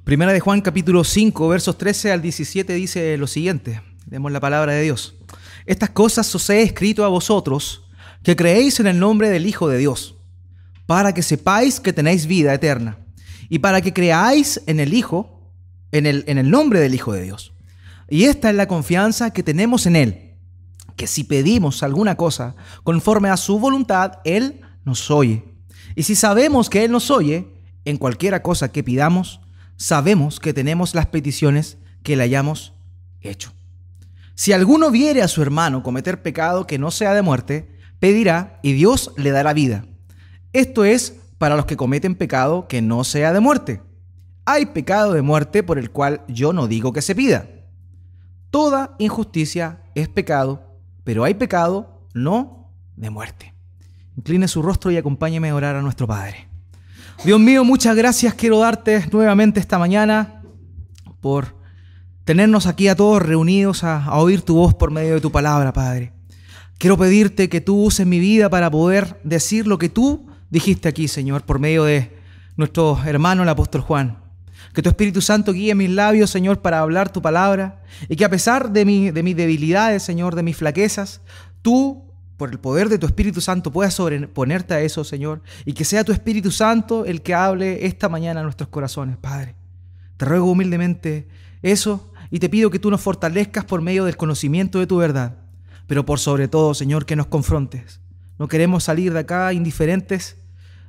Primera de Juan capítulo 5, versos 13 al 17 dice lo siguiente. Leemos la palabra de Dios. Estas cosas os he escrito a vosotros, que creéis en el nombre del Hijo de Dios, para que sepáis que tenéis vida eterna, y para que creáis en el Hijo, en el nombre del Hijo de Dios. Y esta es la confianza que tenemos en Él, que si pedimos alguna cosa conforme a su voluntad, Él nos oye. Y si sabemos que Él nos oye, en cualquiera cosa que pidamos, sabemos que tenemos las peticiones que le hayamos hecho. Si alguno viere a su hermano cometer pecado que no sea de muerte, pedirá y Dios le dará vida. Esto es para los que cometen pecado que no sea de muerte. Hay pecado de muerte por el cual yo no digo que se pida. Toda injusticia es pecado, pero hay pecado no de muerte. Incline su rostro y acompáñeme a orar a nuestro Padre. Dios mío, muchas gracias quiero darte nuevamente esta mañana por tenernos aquí a todos reunidos a oír tu voz por medio de tu palabra, Padre. Quiero pedirte que tú uses mi vida para poder decir lo que tú dijiste aquí, Señor, por medio de nuestro hermano el apóstol Juan. Que tu Espíritu Santo guíe mis labios, Señor, para hablar tu palabra y que a pesar de mis debilidades, Señor, de mis flaquezas, tú, por el poder de tu Espíritu Santo, puedas sobreponerte a eso, Señor, y que sea tu Espíritu Santo el que hable esta mañana a nuestros corazones, Padre. Te ruego humildemente eso y te pido que tú nos fortalezcas por medio del conocimiento de tu verdad, pero por sobre todo, Señor, que nos confrontes. No queremos salir de acá indiferentes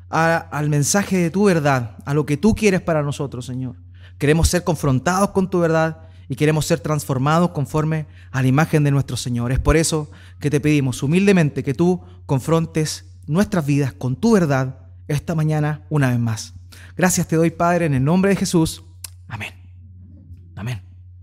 al mensaje de tu verdad, a lo que tú quieres para nosotros, Señor. Queremos ser confrontados con tu verdad y queremos ser transformados conforme a la imagen de nuestro Señor. Es por eso que te pedimos humildemente que tú confrontes nuestras vidas con tu verdad esta mañana una vez más. Gracias te doy, Padre, en el nombre de Jesús. Amén. Amén.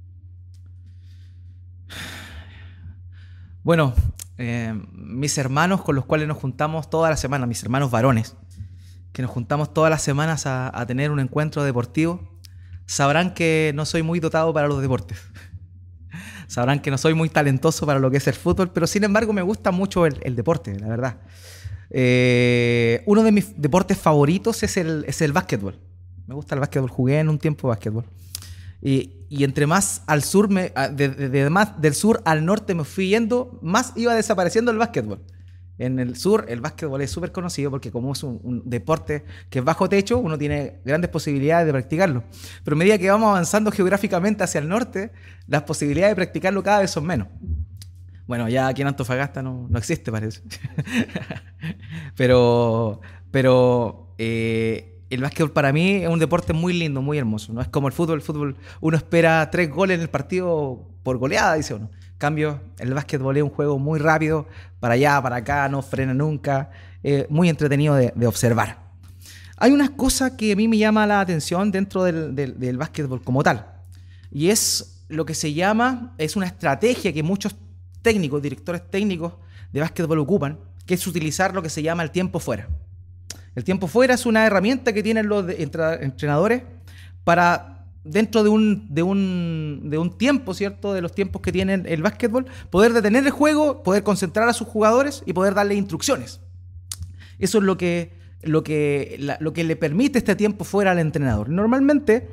Bueno, mis hermanos con los cuales nos juntamos toda la semana, mis hermanos varones, que nos juntamos todas las semanas a tener un encuentro deportivo, sabrán que no soy muy dotado para los deportes. Sabrán que no soy muy talentoso para lo que es el fútbol, pero sin embargo me gusta mucho el deporte, la verdad. Uno de mis deportes favoritos es el básquetbol. Me gusta el básquetbol, jugué en un tiempo básquetbol. Y entre más al sur, más del sur al norte me fui yendo, más iba desapareciendo el básquetbol. En el sur el básquetbol es súper conocido porque como es un deporte que es bajo techo, uno tiene grandes posibilidades de practicarlo. Pero a medida que vamos avanzando geográficamente hacia el norte, las posibilidades de practicarlo cada vez son menos. Bueno, ya aquí en Antofagasta no existe, parece. Pero el básquetbol para mí es un deporte muy lindo, muy hermoso. No es como el fútbol. El fútbol uno espera 3 goles en el partido por goleada, dice uno. En cambio, el básquetbol es un juego muy rápido, para allá, para acá, no frena nunca, muy entretenido de observar. Hay una cosa que a mí me llama la atención dentro del básquetbol como tal, y es lo que se llama, es una estrategia que muchos técnicos, directores técnicos de básquetbol ocupan, que es utilizar lo que se llama el tiempo fuera. El tiempo fuera es una herramienta que tienen los entrenadores para, dentro de un tiempo, ¿cierto? De los tiempos que tiene el básquetbol, poder detener el juego, poder concentrar a sus jugadores y poder darle instrucciones. Eso es lo que le permite este tiempo fuera al entrenador. Normalmente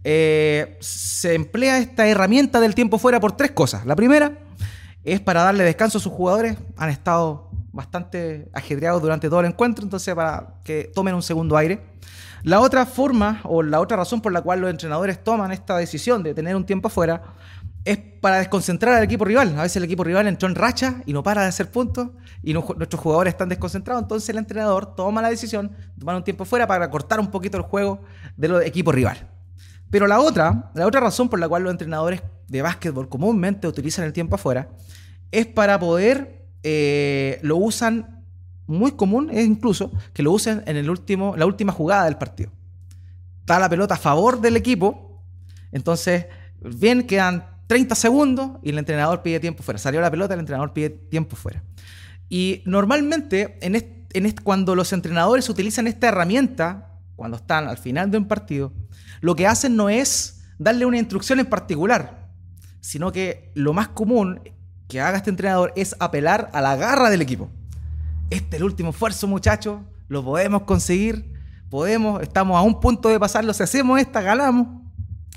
se emplea esta herramienta del tiempo fuera por 3 cosas. La primera es para darle descanso a sus jugadores. Han estado bastante ajetreados durante todo el encuentro, entonces para que tomen un segundo aire. La otra forma o la otra razón por la cual los entrenadores toman esta decisión de tener un tiempo afuera es para desconcentrar al equipo rival. A veces el equipo rival entró en racha y no para de hacer puntos y nuestros jugadores están desconcentrados, entonces el entrenador toma la decisión de tomar un tiempo afuera para cortar un poquito el juego del equipo rival. Pero la otra razón por la cual los entrenadores de básquetbol comúnmente utilizan el tiempo afuera es para poder, lo usan. Muy común es incluso que lo usen en la última jugada del partido. Está la pelota a favor del equipo, entonces bien, quedan 30 segundos y el entrenador pide tiempo fuera. Salió la pelota, el entrenador pide tiempo fuera. Y normalmente cuando los entrenadores utilizan esta herramienta, cuando están al final de un partido, lo que hacen no es darle una instrucción en particular, sino que lo más común que haga este entrenador es apelar a la garra del equipo. Este es el último esfuerzo, muchachos, lo podemos conseguir, estamos a un punto de pasarlo, si hacemos esta, ganamos.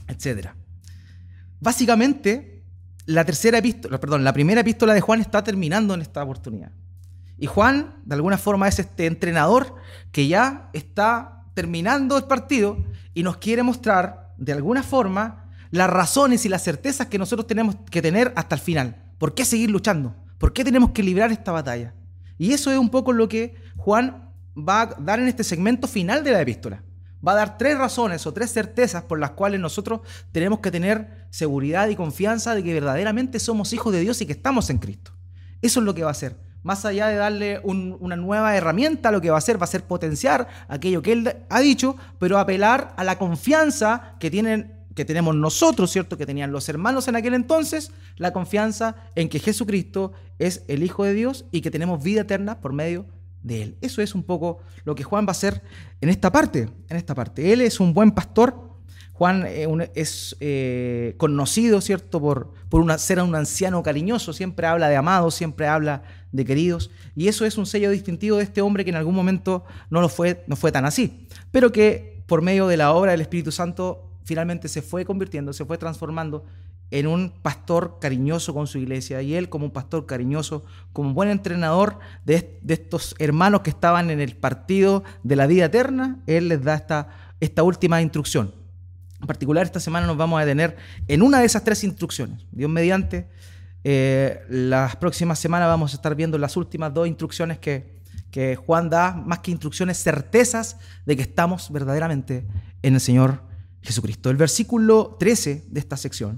etc. Básicamente, la primera epístola de Juan está terminando en esta oportunidad. Y Juan, de alguna forma, es este entrenador que ya está terminando el partido y nos quiere mostrar, de alguna forma, las razones y las certezas que nosotros tenemos que tener hasta el final. ¿Por qué seguir luchando? ¿Por qué tenemos que librar esta batalla? Y eso es un poco lo que Juan va a dar en este segmento final de la epístola. Va a dar 3 razones o 3 certezas por las cuales nosotros tenemos que tener seguridad y confianza de que verdaderamente somos hijos de Dios y que estamos en Cristo. Eso es lo que va a hacer. Más allá de darle una nueva herramienta, lo que va a ser potenciar aquello que Él ha dicho, pero apelar a la confianza que tenemos nosotros, ¿cierto? Que tenían los hermanos en aquel entonces, la confianza en que Jesucristo es el Hijo de Dios y que tenemos vida eterna por medio de Él. Eso es un poco lo que Juan va a hacer en esta parte. Él es un buen pastor. Juan es conocido, ¿cierto? Por ser un anciano cariñoso. Siempre habla de amados, siempre habla de queridos. Y eso es un sello distintivo de este hombre que en algún momento no fue tan así. Pero que por medio de la obra del Espíritu Santo finalmente se fue convirtiendo, se fue transformando en un pastor cariñoso con su iglesia. Y él, como un pastor cariñoso, como un buen entrenador de estos hermanos que estaban en el partido de la vida eterna, él les da esta última instrucción. En particular, esta semana nos vamos a detener en una de esas 3 instrucciones. Dios mediante, las próximas semanas vamos a estar viendo las últimas 2 instrucciones que Juan da, más que instrucciones, certezas de que estamos verdaderamente en el Señor Jesucristo. El versículo 13 de esta sección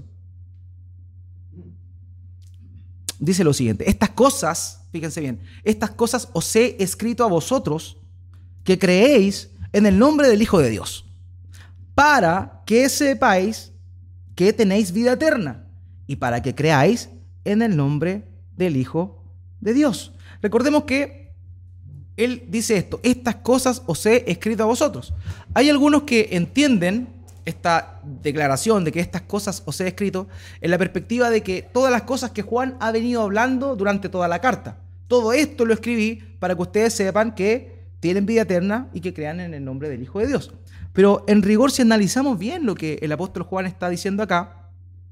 dice lo siguiente: estas cosas, fíjense bien, estas cosas os he escrito a vosotros que creéis en el nombre del Hijo de Dios, para que sepáis que tenéis vida eterna y para que creáis en el nombre del Hijo de Dios. Recordemos que él dice esto: estas cosas os he escrito a vosotros. Hay algunos que entienden esta declaración de que estas cosas os he escrito en la perspectiva de que todas las cosas que Juan ha venido hablando durante toda la carta, todo esto lo escribí para que ustedes sepan que tienen vida eterna y que crean en el nombre del Hijo de Dios. Pero en rigor, si analizamos bien lo que el apóstol Juan está diciendo acá,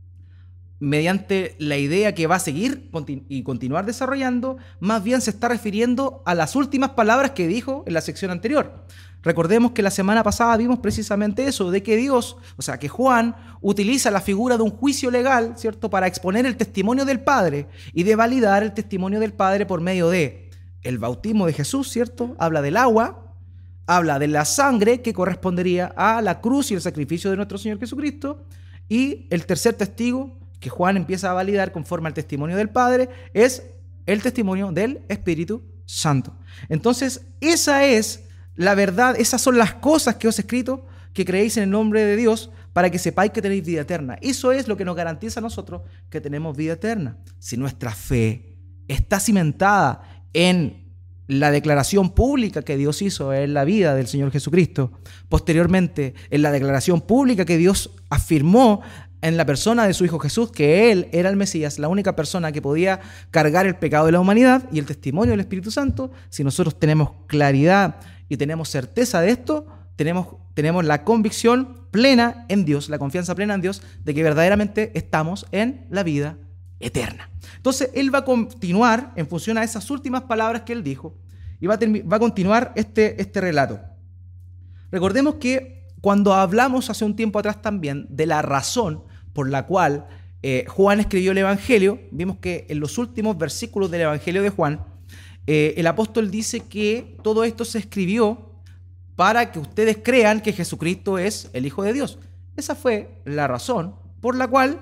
mediante la idea que va a seguir y continuar desarrollando, más bien se está refiriendo a las últimas palabras que dijo en la sección anterior. Recordemos que la semana pasada vimos precisamente eso, de que Dios, o sea, que Juan utiliza la figura de un juicio legal, ¿cierto?, para exponer el testimonio del Padre y de validar el testimonio del Padre por medio de el bautismo de Jesús, ¿cierto? Habla del agua, habla de la sangre que correspondería a la cruz y el sacrificio de nuestro Señor Jesucristo, y el tercer testigo que Juan empieza a validar conforme al testimonio del Padre es el testimonio del Espíritu Santo. Entonces, esa es la verdad, esas son las cosas que os he escrito, que creéis en el nombre de Dios, para que sepáis que tenéis vida eterna. Eso es lo que nos garantiza a nosotros que tenemos vida eterna. Si nuestra fe está cimentada en la declaración pública que Dios hizo en la vida del Señor Jesucristo, posteriormente en la declaración pública que Dios afirmó en la persona de su Hijo Jesús, que Él era el Mesías, la única persona que podía cargar el pecado de la humanidad, y el testimonio del Espíritu Santo, si nosotros tenemos claridad y tenemos certeza de esto, tenemos la convicción plena en Dios, la confianza plena en Dios, de que verdaderamente estamos en la vida eterna. Entonces, Él va a continuar en función a esas últimas palabras que Él dijo, y va a continuar este relato. Recordemos que cuando hablamos hace un tiempo atrás también de la razón por la cual Juan escribió el Evangelio, vimos que en los últimos versículos del Evangelio de Juan, el apóstol dice que todo esto se escribió para que ustedes crean que Jesucristo es el Hijo de Dios. Esa fue la razón por la cual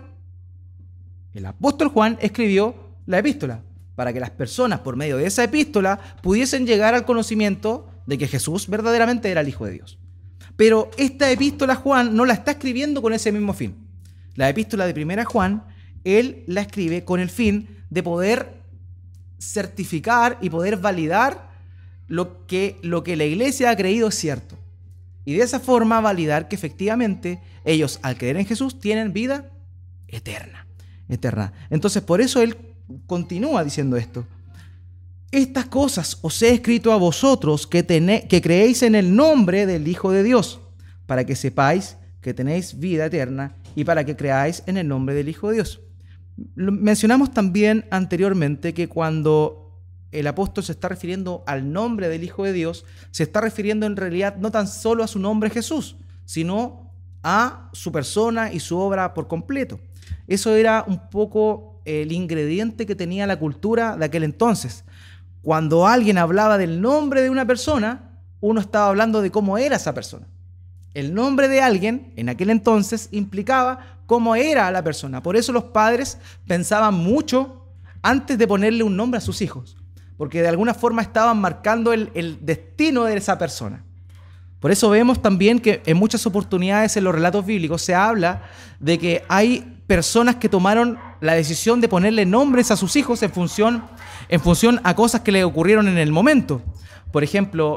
el apóstol Juan escribió la epístola, para que las personas por medio de esa epístola pudiesen llegar al conocimiento de que Jesús verdaderamente era el Hijo de Dios. Pero esta epístola Juan no la está escribiendo con ese mismo fin. La epístola de Primera Juan, él la escribe con el fin de poder certificar y poder validar lo que la iglesia ha creído es cierto. Y de esa forma validar que efectivamente ellos, al creer en Jesús, tienen vida eterna. Entonces, por eso él continúa diciendo esto. Estas cosas os he escrito a vosotros que creéis en el nombre del Hijo de Dios, para que sepáis que tenéis vida eterna y para que creáis en el nombre del Hijo de Dios. Mencionamos también anteriormente que cuando el apóstol se está refiriendo al nombre del Hijo de Dios, se está refiriendo en realidad no tan solo a su nombre Jesús, sino a su persona y su obra por completo. Eso era un poco el ingrediente que tenía la cultura de aquel entonces. Cuando alguien hablaba del nombre de una persona, uno estaba hablando de cómo era esa persona. El nombre de alguien en aquel entonces implicaba cómo era la persona. Por eso los padres pensaban mucho antes de ponerle un nombre a sus hijos, porque de alguna forma estaban marcando el destino de esa persona. Por eso vemos también que en muchas oportunidades en los relatos bíblicos se habla de que hay personas que tomaron la decisión de ponerle nombres a sus hijos en función a cosas que le ocurrieron en el momento. Por ejemplo,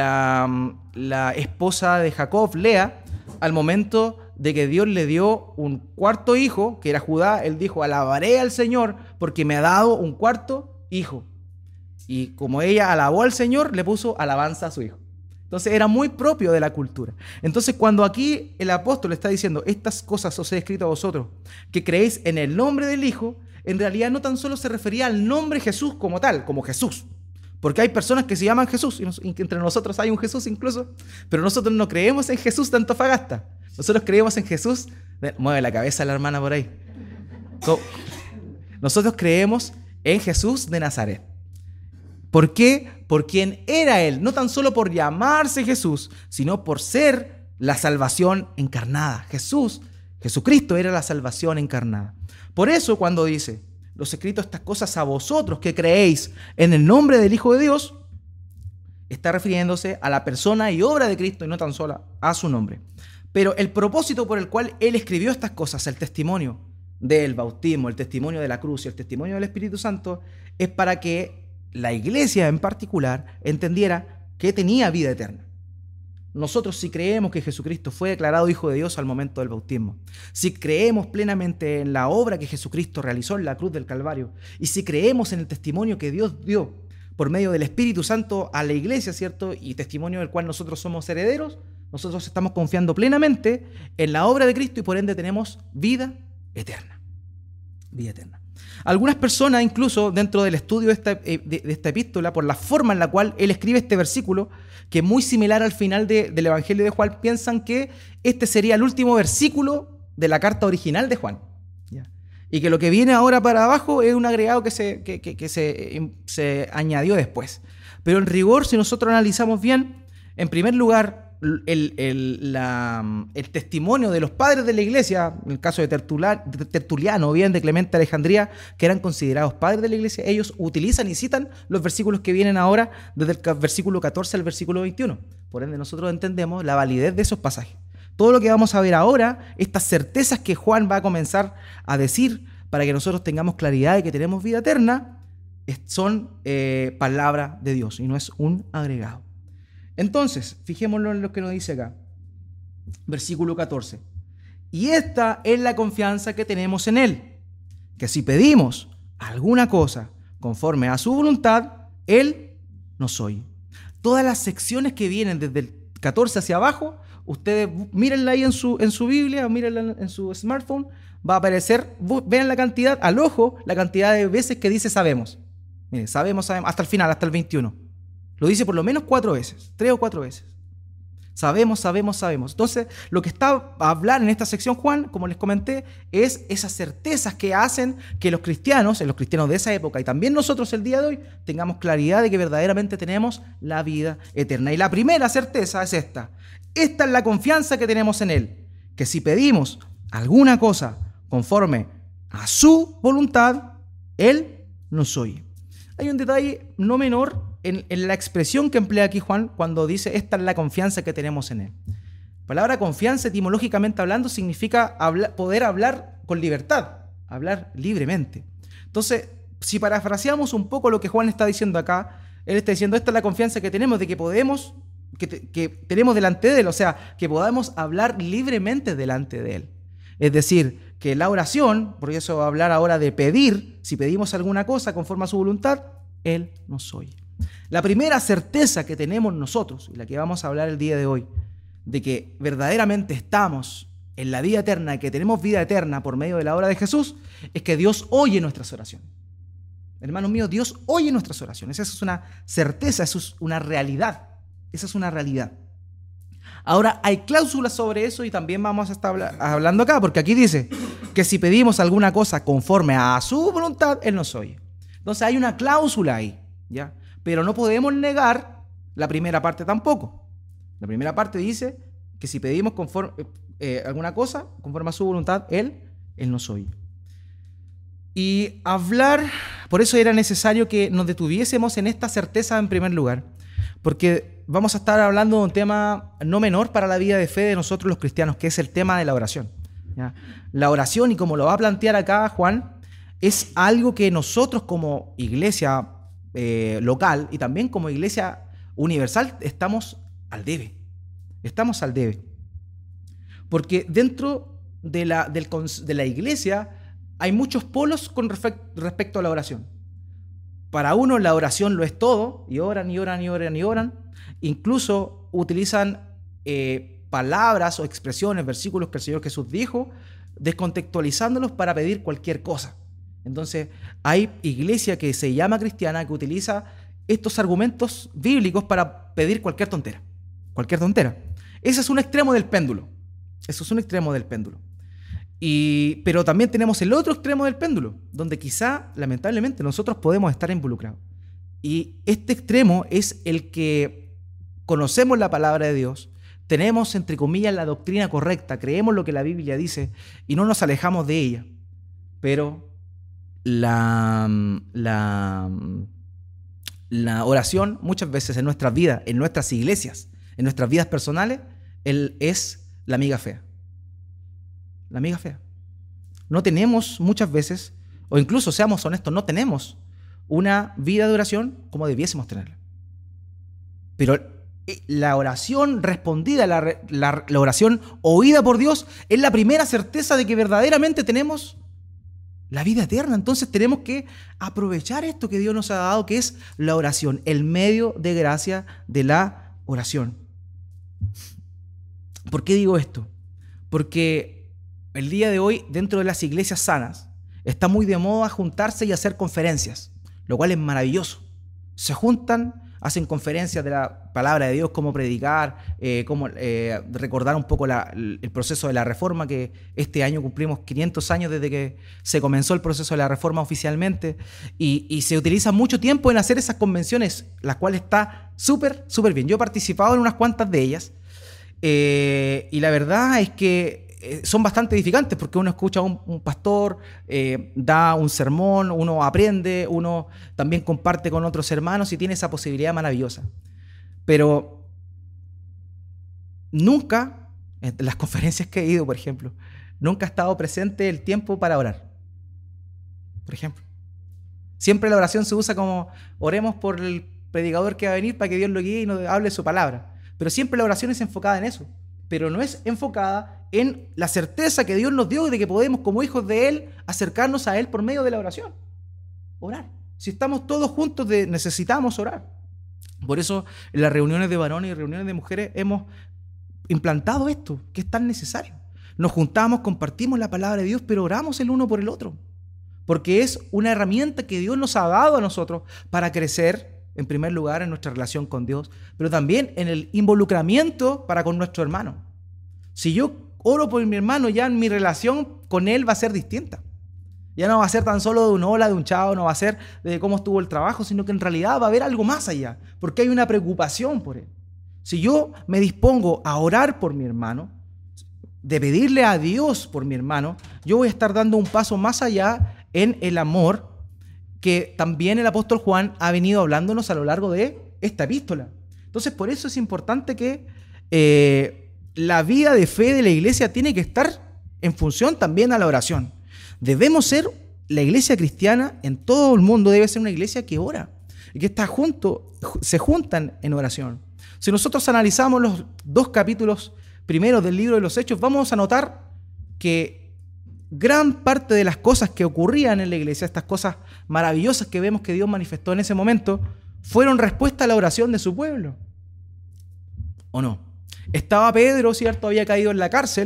la esposa de Jacob, Lea, al momento de que Dios le dio un cuarto hijo, que era Judá, él dijo: alabaré al Señor porque me ha dado un cuarto hijo. Y como ella alabó al Señor, le puso alabanza a su hijo. Entonces era muy propio de la cultura. Entonces cuando aquí el apóstol está diciendo: estas cosas os he escrito a vosotros, que creéis en el nombre del Hijo, en realidad no tan solo se refería al nombre Jesús como tal, como Jesús. Porque hay personas que se llaman Jesús, y entre nosotros hay un Jesús incluso, pero nosotros no creemos en Jesús de Antofagasta. Nosotros creemos en Jesús... Mueve la cabeza la hermana por ahí. Nosotros creemos en Jesús de Nazaret. ¿Por qué? Por quien era Él, no tan solo por llamarse Jesús, sino por ser la salvación encarnada. Jesucristo era la salvación encarnada. Por eso cuando dice: los he escrito estas cosas a vosotros que creéis en el nombre del Hijo de Dios, está refiriéndose a la persona y obra de Cristo y no tan solo a su nombre. Pero el propósito por el cual Él escribió estas cosas, el testimonio del bautismo, el testimonio de la cruz y el testimonio del Espíritu Santo, es para que la iglesia en particular entendiera que tenía vida eterna. Nosotros, si creemos que Jesucristo fue declarado Hijo de Dios al momento del bautismo, si creemos plenamente en la obra que Jesucristo realizó en la cruz del Calvario, y si creemos en el testimonio que Dios dio por medio del Espíritu Santo a la iglesia, ¿cierto? Y testimonio del cual nosotros somos herederos, nosotros estamos confiando plenamente en la obra de Cristo y por ende tenemos vida eterna. Vida eterna. Algunas personas, incluso dentro del estudio de esta epístola, por la forma en la cual él escribe este versículo, que es muy similar al final del Evangelio de Juan, piensan que este sería el último versículo de la carta original de Juan. ¿Ya? Y que lo que viene ahora para abajo es un agregado que se añadió después. Pero en rigor, si nosotros analizamos bien, en primer lugar, el testimonio de los padres de la iglesia, en el caso de Tertuliano o bien de Clemente de Alejandría, que eran considerados padres de la iglesia, ellos utilizan y citan los versículos que vienen ahora desde el versículo 14 al versículo 21. Por ende, nosotros entendemos la validez de esos pasajes. Todo lo que vamos a ver ahora, estas certezas que Juan va a comenzar a decir para que nosotros tengamos claridad de que tenemos vida eterna, son palabra de Dios y no es un agregado. Entonces, fijémonos en lo que nos dice acá. Versículo 14. Y esta es la confianza que tenemos en Él, que si pedimos alguna cosa conforme a su voluntad, Él nos oye. Todas las secciones que vienen desde el 14 hacia abajo, ustedes mírenla ahí en su Biblia o mírenla en su smartphone, va a aparecer, vean la cantidad, al ojo, la cantidad de veces que dice sabemos. Miren, sabemos, hasta el final, hasta el 21. Lo dice por lo menos 4 veces, 3 o 4 veces. Sabemos, sabemos, sabemos. Entonces, lo que está a hablar en esta sección Juan, como les comenté, es esas certezas que hacen que los cristianos de esa época y también nosotros el día de hoy, tengamos claridad de que verdaderamente tenemos la vida eterna. Y la primera certeza es esta. Esta es la confianza que tenemos en Él, que si pedimos alguna cosa conforme a su voluntad, Él nos oye. Hay un detalle no menor en la expresión que emplea aquí Juan cuando dice esta es la confianza que tenemos en Él. La palabra confianza, etimológicamente hablando, significa poder hablar con libertad, hablar libremente. Entonces, si parafraseamos un poco lo que Juan está diciendo acá, él está diciendo esta es la confianza que tenemos de que podemos, que tenemos delante de Él, o sea, que podamos hablar libremente delante de Él. Es decir, que la oración, por eso va a hablar ahora de pedir, si pedimos alguna cosa conforme a su voluntad, Él nos oye. La primera certeza que tenemos nosotros, y la que vamos a hablar el día de hoy, de que verdaderamente estamos en la vida eterna, que tenemos vida eterna por medio de la obra de Jesús, es que Dios oye nuestras oraciones. Hermanos míos, Dios oye nuestras oraciones. Esa es una certeza, eso es una realidad. Esa es una realidad. Ahora, hay cláusulas sobre eso y también vamos a estar hablando acá, porque aquí dice que si pedimos alguna cosa conforme a su voluntad, Él nos oye. Entonces hay una cláusula ahí, ¿ya? Pero no podemos negar la primera parte tampoco. La primera parte dice que si pedimos alguna cosa conforme a su voluntad, Él nos oye. Y hablar, por eso era necesario que nos detuviésemos en esta certeza en primer lugar, porque vamos a estar hablando de un tema no menor para la vida de fe de nosotros los cristianos, que es el tema de la oración, ¿ya? La oración, y como lo va a plantear acá Juan, es algo que nosotros como iglesia local y también como iglesia universal estamos al debe. Estamos al debe. Porque dentro de la iglesia hay muchos polos con respecto a la oración. Para uno la oración lo es todo, y oran, y oran, y oran, y oran. Incluso utilizan palabras o expresiones, versículos que el Señor Jesús dijo, descontextualizándolos para pedir cualquier cosa. Entonces hay iglesia que se llama cristiana que utiliza estos argumentos bíblicos para pedir cualquier tontera. Cualquier tontera. Ese es un extremo del péndulo. Eso es un extremo del péndulo. Pero también tenemos el otro extremo del péndulo, donde quizá, lamentablemente, nosotros podemos estar involucrados. Y este extremo es el que conocemos la palabra de Dios, tenemos, entre comillas, la doctrina correcta, creemos lo que la Biblia dice y no nos alejamos de ella. Pero la oración muchas veces en nuestras vidas, en nuestras iglesias, en nuestras vidas personales, es la amiga fea. La amiga fea. No tenemos muchas veces, o incluso seamos honestos, no tenemos una vida de oración como debiésemos tenerla. Pero la oración respondida, la oración oída por Dios, es la primera certeza de que verdaderamente tenemos la vida eterna. Entonces tenemos que aprovechar esto que Dios nos ha dado, que es la oración, el medio de gracia de la oración. ¿Por qué digo esto? Porque el día de hoy, dentro de las iglesias sanas, está muy de moda juntarse y hacer conferencias, lo cual es maravilloso. Se juntan, hacen conferencias de la palabra de Dios, cómo predicar, cómo recordar un poco el proceso de la Reforma, que este año cumplimos 500 años desde que se comenzó el proceso de la Reforma oficialmente, y se utiliza mucho tiempo en hacer esas convenciones, las cuales está súper, súper bien. Yo he participado en unas cuantas de ellas, y la verdad es que son bastante edificantes, porque uno escucha a un pastor, da un sermón, uno aprende, uno también comparte con otros hermanos y tiene esa posibilidad maravillosa. Pero nunca, en las conferencias que he ido, por ejemplo, nunca ha estado presente el tiempo para orar. Por ejemplo, siempre la oración se usa como oremos por el predicador que va a venir para que Dios lo guíe y nos hable su palabra. Pero siempre la oración es enfocada en eso, pero no es enfocada en la certeza que Dios nos dio de que podemos, como hijos de Él, acercarnos a Él por medio de la oración. Orar. Si estamos todos juntos, necesitamos orar. Por eso en las reuniones de varones y reuniones de mujeres hemos implantado esto, que es tan necesario. Nos juntamos, compartimos la palabra de Dios, pero oramos el uno por el otro. Porque es una herramienta que Dios nos ha dado a nosotros para crecer, en primer lugar, en nuestra relación con Dios, pero también en el involucramiento para con nuestro hermano. Si yo oro por mi hermano, ya mi relación con él va a ser distinta. Ya no va a ser tan solo de un hola, de un chao, no va a ser de cómo estuvo el trabajo, sino que en realidad va a haber algo más allá, porque hay una preocupación por él. Si yo me dispongo a orar por mi hermano, de pedirle a Dios por mi hermano, yo voy a estar dando un paso más allá en el amor que también el apóstol Juan ha venido hablándonos a lo largo de esta epístola. Entonces, por eso es importante que la vida de fe de la iglesia tiene que estar en función también a la oración. Debemos ser, la iglesia cristiana en todo el mundo debe ser una iglesia que ora y que está se juntan en oración. Si nosotros analizamos los 2 capítulos primeros del libro de los Hechos, vamos a notar que gran parte de las cosas que ocurrían en la iglesia, estas cosas maravillosas que vemos que Dios manifestó en ese momento, fueron respuesta a la oración de su pueblo. ¿O no? Estaba Pedro, ¿cierto? Había caído en la cárcel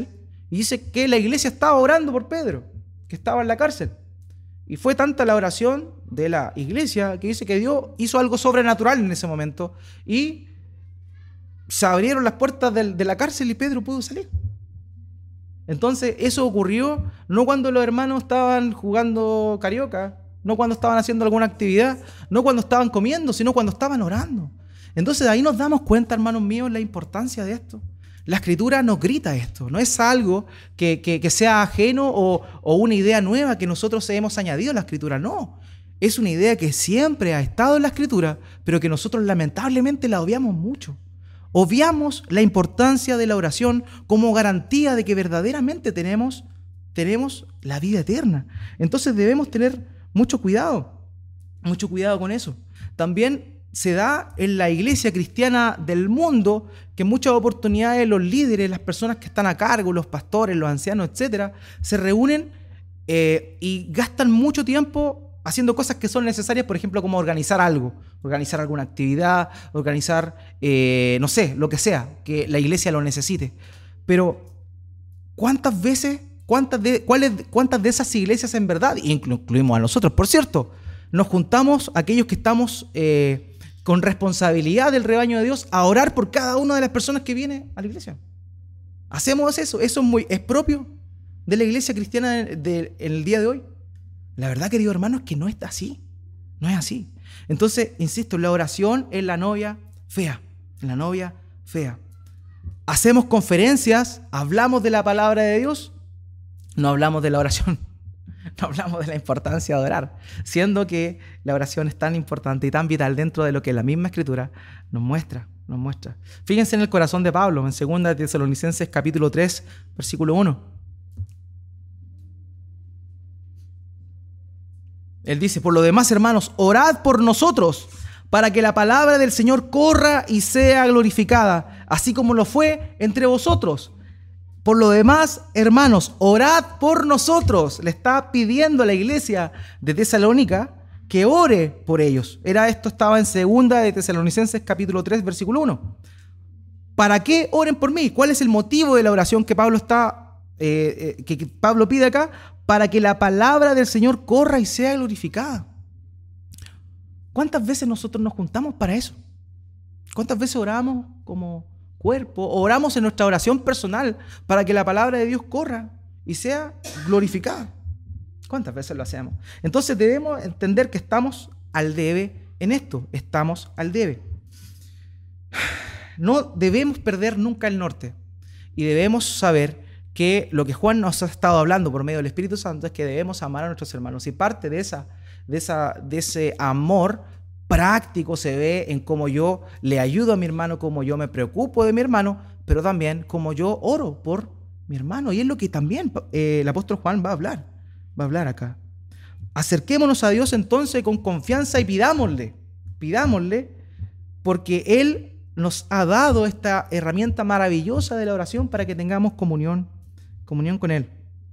Y dice que la iglesia estaba orando por Pedro, que estaba en la cárcel. Y fue tanta la oración de la iglesia que dice que Dios hizo algo sobrenatural en ese momento y se abrieron las puertas de la cárcel y Pedro pudo salir. Entonces eso ocurrió no cuando los hermanos estaban jugando carioca, no cuando estaban haciendo alguna actividad, no cuando estaban comiendo, sino cuando estaban orando. Entonces ahí nos damos cuenta, hermanos míos, la importancia de esto. La Escritura nos grita esto, no es algo que sea ajeno o una idea nueva que nosotros hemos añadido a la Escritura, no. Es una idea que siempre ha estado en la Escritura, pero que nosotros lamentablemente la obviamos mucho. Obviamos la importancia de la oración como garantía de que verdaderamente tenemos la vida eterna. Entonces debemos tener mucho cuidado con eso. También se da en la iglesia cristiana del mundo que en muchas oportunidades los líderes, las personas que están a cargo, los pastores, los ancianos, etcétera, se reúnen y gastan mucho tiempo haciendo cosas que son necesarias, por ejemplo, como organizar algo, organizar alguna actividad, organizar, no sé, lo que sea, que la iglesia lo necesite. Pero, ¿cuántas de esas iglesias en verdad, y incluimos a nosotros, por cierto, nos juntamos aquellos que estamos con responsabilidad del rebaño de Dios a orar por cada una de las personas que viene a la iglesia? ¿Hacemos eso? ¿Eso es propio de la iglesia cristiana en el día de hoy? La verdad, queridos hermanos, es que no está así. No es así. Entonces, insisto, la oración es la novia fea. La novia fea. Hacemos conferencias, hablamos de la palabra de Dios, no hablamos de la oración. No hablamos de la importancia de orar, siendo que la oración es tan importante y tan vital dentro de lo que la misma Escritura nos muestra. Fíjense en el corazón de Pablo, en 2 Tesalonicenses capítulo 3, versículo 1. Él dice: por lo demás, hermanos, orad por nosotros, para que la palabra del Señor corra y sea glorificada, así como lo fue entre vosotros. Por lo demás, hermanos, orad por nosotros. Le está pidiendo a la iglesia de Tesalónica que ore por ellos. Esto estaba en 2 Tesalonicenses capítulo 3, versículo 1. ¿Para qué oren por mí? ¿Cuál es el motivo de la oración que Pablo pide acá? Para que la palabra del Señor corra y sea glorificada. ¿Cuántas veces nosotros nos juntamos para eso? ¿Cuántas veces oramos como cuerpo, oramos en nuestra oración personal para que la palabra de Dios corra y sea glorificada? ¿Cuántas veces lo hacemos? Entonces debemos entender que estamos al debe en esto, estamos al debe. No debemos perder nunca el norte y debemos saber que lo que Juan nos ha estado hablando por medio del Espíritu Santo es que debemos amar a nuestros hermanos, y parte de ese amor práctico se ve en cómo yo le ayudo a mi hermano, cómo yo me preocupo de mi hermano, pero también cómo yo oro por mi hermano. Y es lo que también el apóstol Juan va a hablar acá. Acerquémonos a Dios entonces con confianza y pidámosle, porque Él nos ha dado esta herramienta maravillosa de la oración para que tengamos comunión con Él.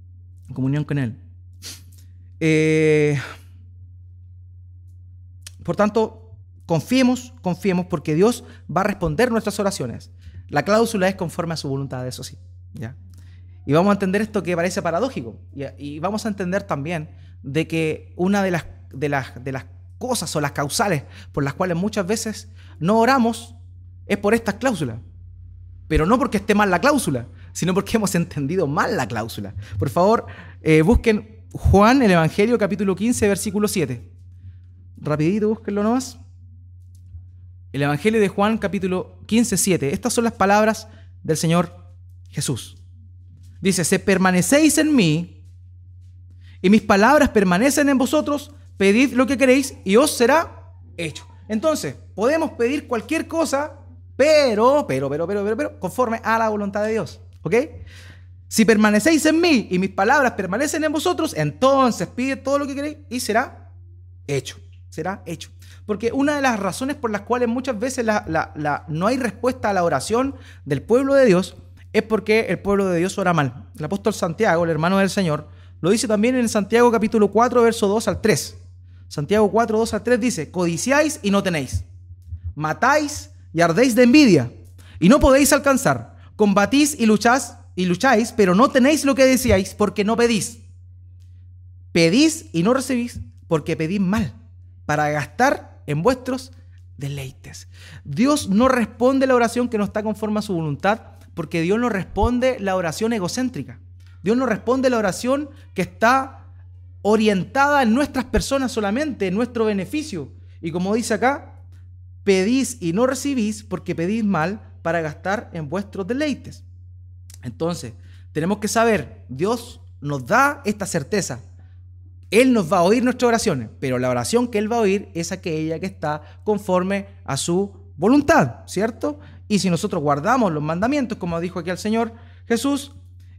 Por tanto, confiemos porque Dios va a responder nuestras oraciones. La cláusula es conforme a su voluntad, eso sí, ¿ya? Y vamos a entender esto que parece paradójico. Y vamos a entender también de que una de las cosas o las causales por las cuales muchas veces no oramos es por estas cláusulas. Pero no porque esté mal la cláusula, sino porque hemos entendido mal la cláusula. Por favor, busquen Juan, el Evangelio, capítulo 15, versículo 7. Rapidito, búsquenlo nomás. El Evangelio de Juan, capítulo 15, 7. Estas son las palabras del Señor Jesús. Dice: si permanecéis en mí y mis palabras permanecen en vosotros, pedid lo que queréis y os será hecho. Entonces, podemos pedir cualquier cosa, pero, conforme a la voluntad de Dios. ¿Ok? Si permanecéis en mí y mis palabras permanecen en vosotros, entonces pide todo lo que queréis y será hecho. Será hecho. Porque una de las razones por las cuales muchas veces no hay respuesta a la oración del pueblo de Dios es porque el pueblo de Dios ora mal. El apóstol Santiago, el hermano del Señor, lo dice también en Santiago capítulo 4, verso 2 al 3. Santiago 4, 2 al 3 dice: codiciáis y no tenéis, matáis y ardéis de envidia y no podéis alcanzar, combatís y lucháis y lucháis, pero no tenéis lo que deseáis porque no pedís. Pedís y no recibís porque pedís mal, para gastar en vuestros deleites. Dios no responde la oración que no está conforme a su voluntad, porque Dios no responde la oración egocéntrica. Dios no responde la oración que está orientada en nuestras personas solamente, en nuestro beneficio. Y como dice acá, pedís y no recibís porque pedís mal para gastar en vuestros deleites. Entonces, tenemos que saber, Dios nos da esta certeza. Él nos va a oír nuestras oraciones, pero la oración que Él va a oír es aquella que está conforme a su voluntad, ¿cierto? Y si nosotros guardamos los mandamientos, como dijo aquí el Señor Jesús,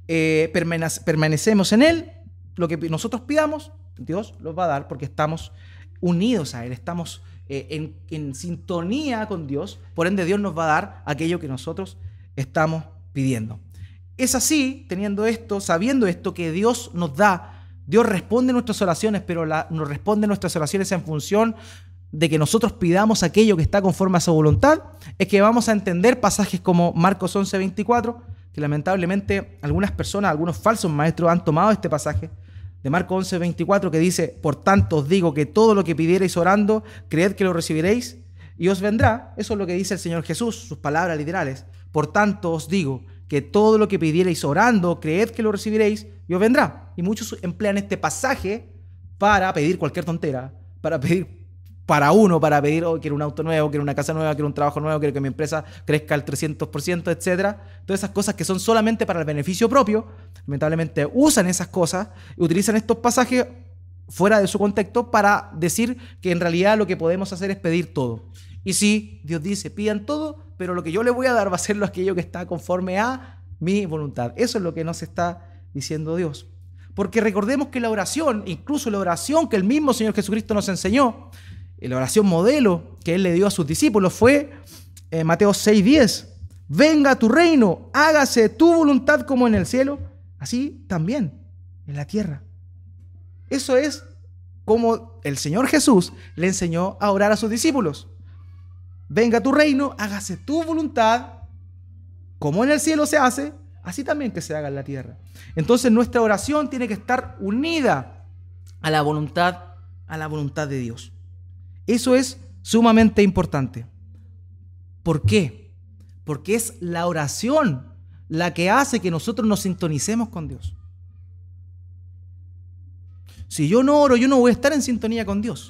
permanecemos en Él, lo que nosotros pidamos, Dios los va a dar porque estamos unidos a Él, estamos en sintonía con Dios, por ende Dios nos va a dar aquello que nosotros estamos pidiendo. Es así, teniendo esto, sabiendo esto, que Dios nos da. Dios responde nuestras oraciones, pero nos responde nuestras oraciones en función de que nosotros pidamos aquello que está conforme a su voluntad. Es que vamos a entender pasajes como Marcos 11:24, que lamentablemente algunas personas, algunos falsos maestros han tomado este pasaje de Marcos 11:24, que dice: por tanto os digo que todo lo que pidiereis orando, creed que lo recibiréis y os vendrá. Eso es lo que dice el Señor Jesús, sus palabras literales. Por tanto os digo que todo lo que pidiereis orando, creed que lo recibiréis y os vendrá. Y muchos emplean este pasaje para pedir cualquier tontera, para pedir para uno, para pedir, oh, quiero un auto nuevo, quiero una casa nueva, quiero un trabajo nuevo, quiero que mi empresa crezca al 300%, etc. Todas esas cosas que son solamente para el beneficio propio, lamentablemente usan esas cosas y utilizan estos pasajes fuera de su contexto para decir que en realidad lo que podemos hacer es pedir todo. Y sí, Dios dice, pidan todo, pero lo que yo les voy a dar va a ser aquello que está conforme a mi voluntad. Eso es lo que nos está diciendo Dios. Porque recordemos que la oración, incluso la oración que el mismo Señor Jesucristo nos enseñó, la oración modelo que Él le dio a sus discípulos fue Mateo 6:10. Venga tu reino, hágase tu voluntad como en el cielo, así también en la tierra. Eso es como el Señor Jesús le enseñó a orar a sus discípulos. Venga tu reino, hágase tu voluntad, como en el cielo se hace, así también que se haga en la tierra. Entonces nuestra oración tiene que estar unida a la voluntad de Dios. Eso es sumamente importante. ¿Por qué? Porque es la oración la que hace que nosotros nos sintonicemos con Dios. Si yo no oro, yo no voy a estar en sintonía con Dios.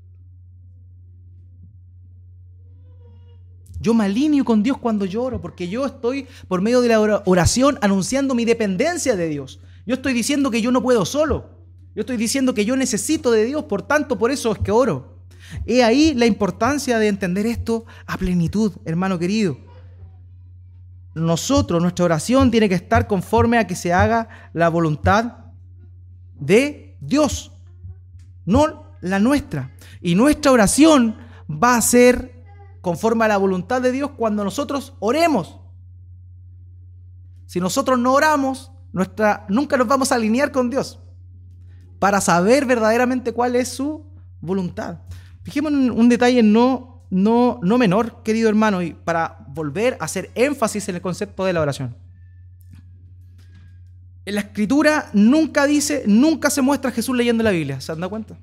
Yo me alineo con Dios cuando yo oro, porque yo estoy por medio de la oración anunciando mi dependencia de Dios. Yo estoy diciendo que yo no puedo solo. Yo estoy diciendo que yo necesito de Dios, por tanto, por eso es que oro. He ahí la importancia de entender esto a plenitud, hermano querido. Nuestra oración tiene que estar conforme a que se haga la voluntad de Dios, no la nuestra. Y nuestra oración va a ser conforme a la voluntad de Dios cuando nosotros oremos. Si nosotros no oramos, nunca nos vamos a alinear con Dios para saber verdaderamente cuál es su voluntad. Fijémonos en un detalle no menor, querido hermano, y para volver a hacer énfasis en el concepto de la oración. En la Escritura nunca se muestra a Jesús leyendo la Biblia. ¿Se han dado cuenta?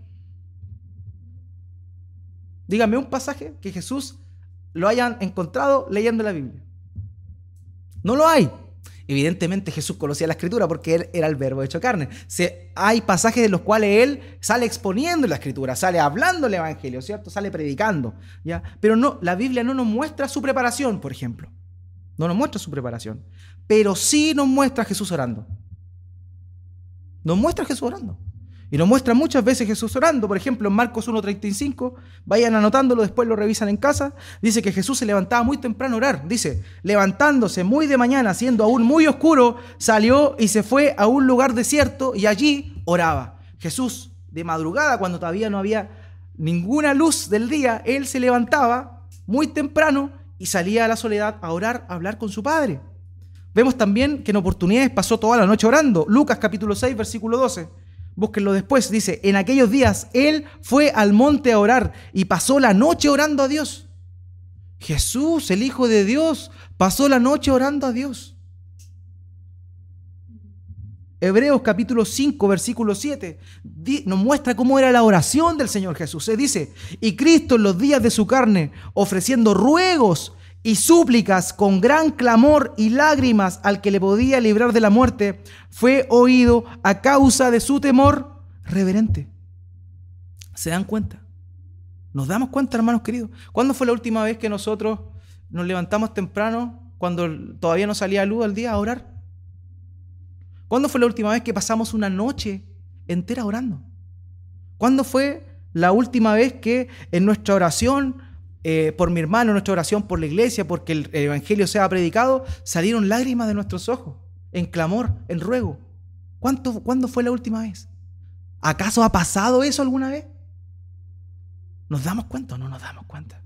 Dígame un pasaje que Jesús lo hayan encontrado leyendo la Biblia. No lo hay. Evidentemente Jesús conocía la Escritura porque Él era el Verbo hecho carne. Hay pasajes en los cuales Él sale exponiendo la Escritura, sale hablando el Evangelio, ¿cierto? Sale predicando, ¿ya? Pero no, la Biblia no nos muestra su preparación, por ejemplo. No nos muestra su preparación. Pero sí nos muestra a Jesús orando. Nos muestra a Jesús orando. Y nos muestra muchas veces Jesús orando. Por ejemplo, en Marcos 1:35, vayan anotándolo, después lo revisan en casa. Dice que Jesús se levantaba muy temprano a orar. Dice, levantándose muy de mañana, siendo aún muy oscuro, salió y se fue a un lugar desierto y allí oraba. Jesús, de madrugada, cuando todavía no había ninguna luz del día, Él se levantaba muy temprano y salía a la soledad a orar, a hablar con su Padre. Vemos también que en oportunidades pasó toda la noche orando. Lucas capítulo 6, versículo 12. Búsquenlo después, dice, en aquellos días Él fue al monte a orar y pasó la noche orando a Dios. Jesús, el Hijo de Dios, pasó la noche orando a Dios. Hebreos capítulo 5, versículo 7, nos muestra cómo era la oración del Señor Jesús. Se dice, y Cristo en los días de su carne, ofreciendo ruegos y súplicas con gran clamor y lágrimas al que le podía librar de la muerte, fue oído a causa de su temor reverente. ¿Se dan cuenta? ¿Nos damos cuenta, hermanos queridos? ¿Cuándo fue la última vez que nosotros nos levantamos temprano, cuando todavía no salía luz al día, a orar? ¿Cuándo fue la última vez que pasamos una noche entera orando? ¿Cuándo fue la última vez que en nuestra oración por mi hermano, en nuestra oración por la iglesia, porque el evangelio sea predicado, salieron lágrimas de nuestros ojos, en clamor, en ruego? ¿Cuándo fue la última vez? ¿Acaso ha pasado eso alguna vez? ¿Nos damos cuenta o no nos damos cuenta?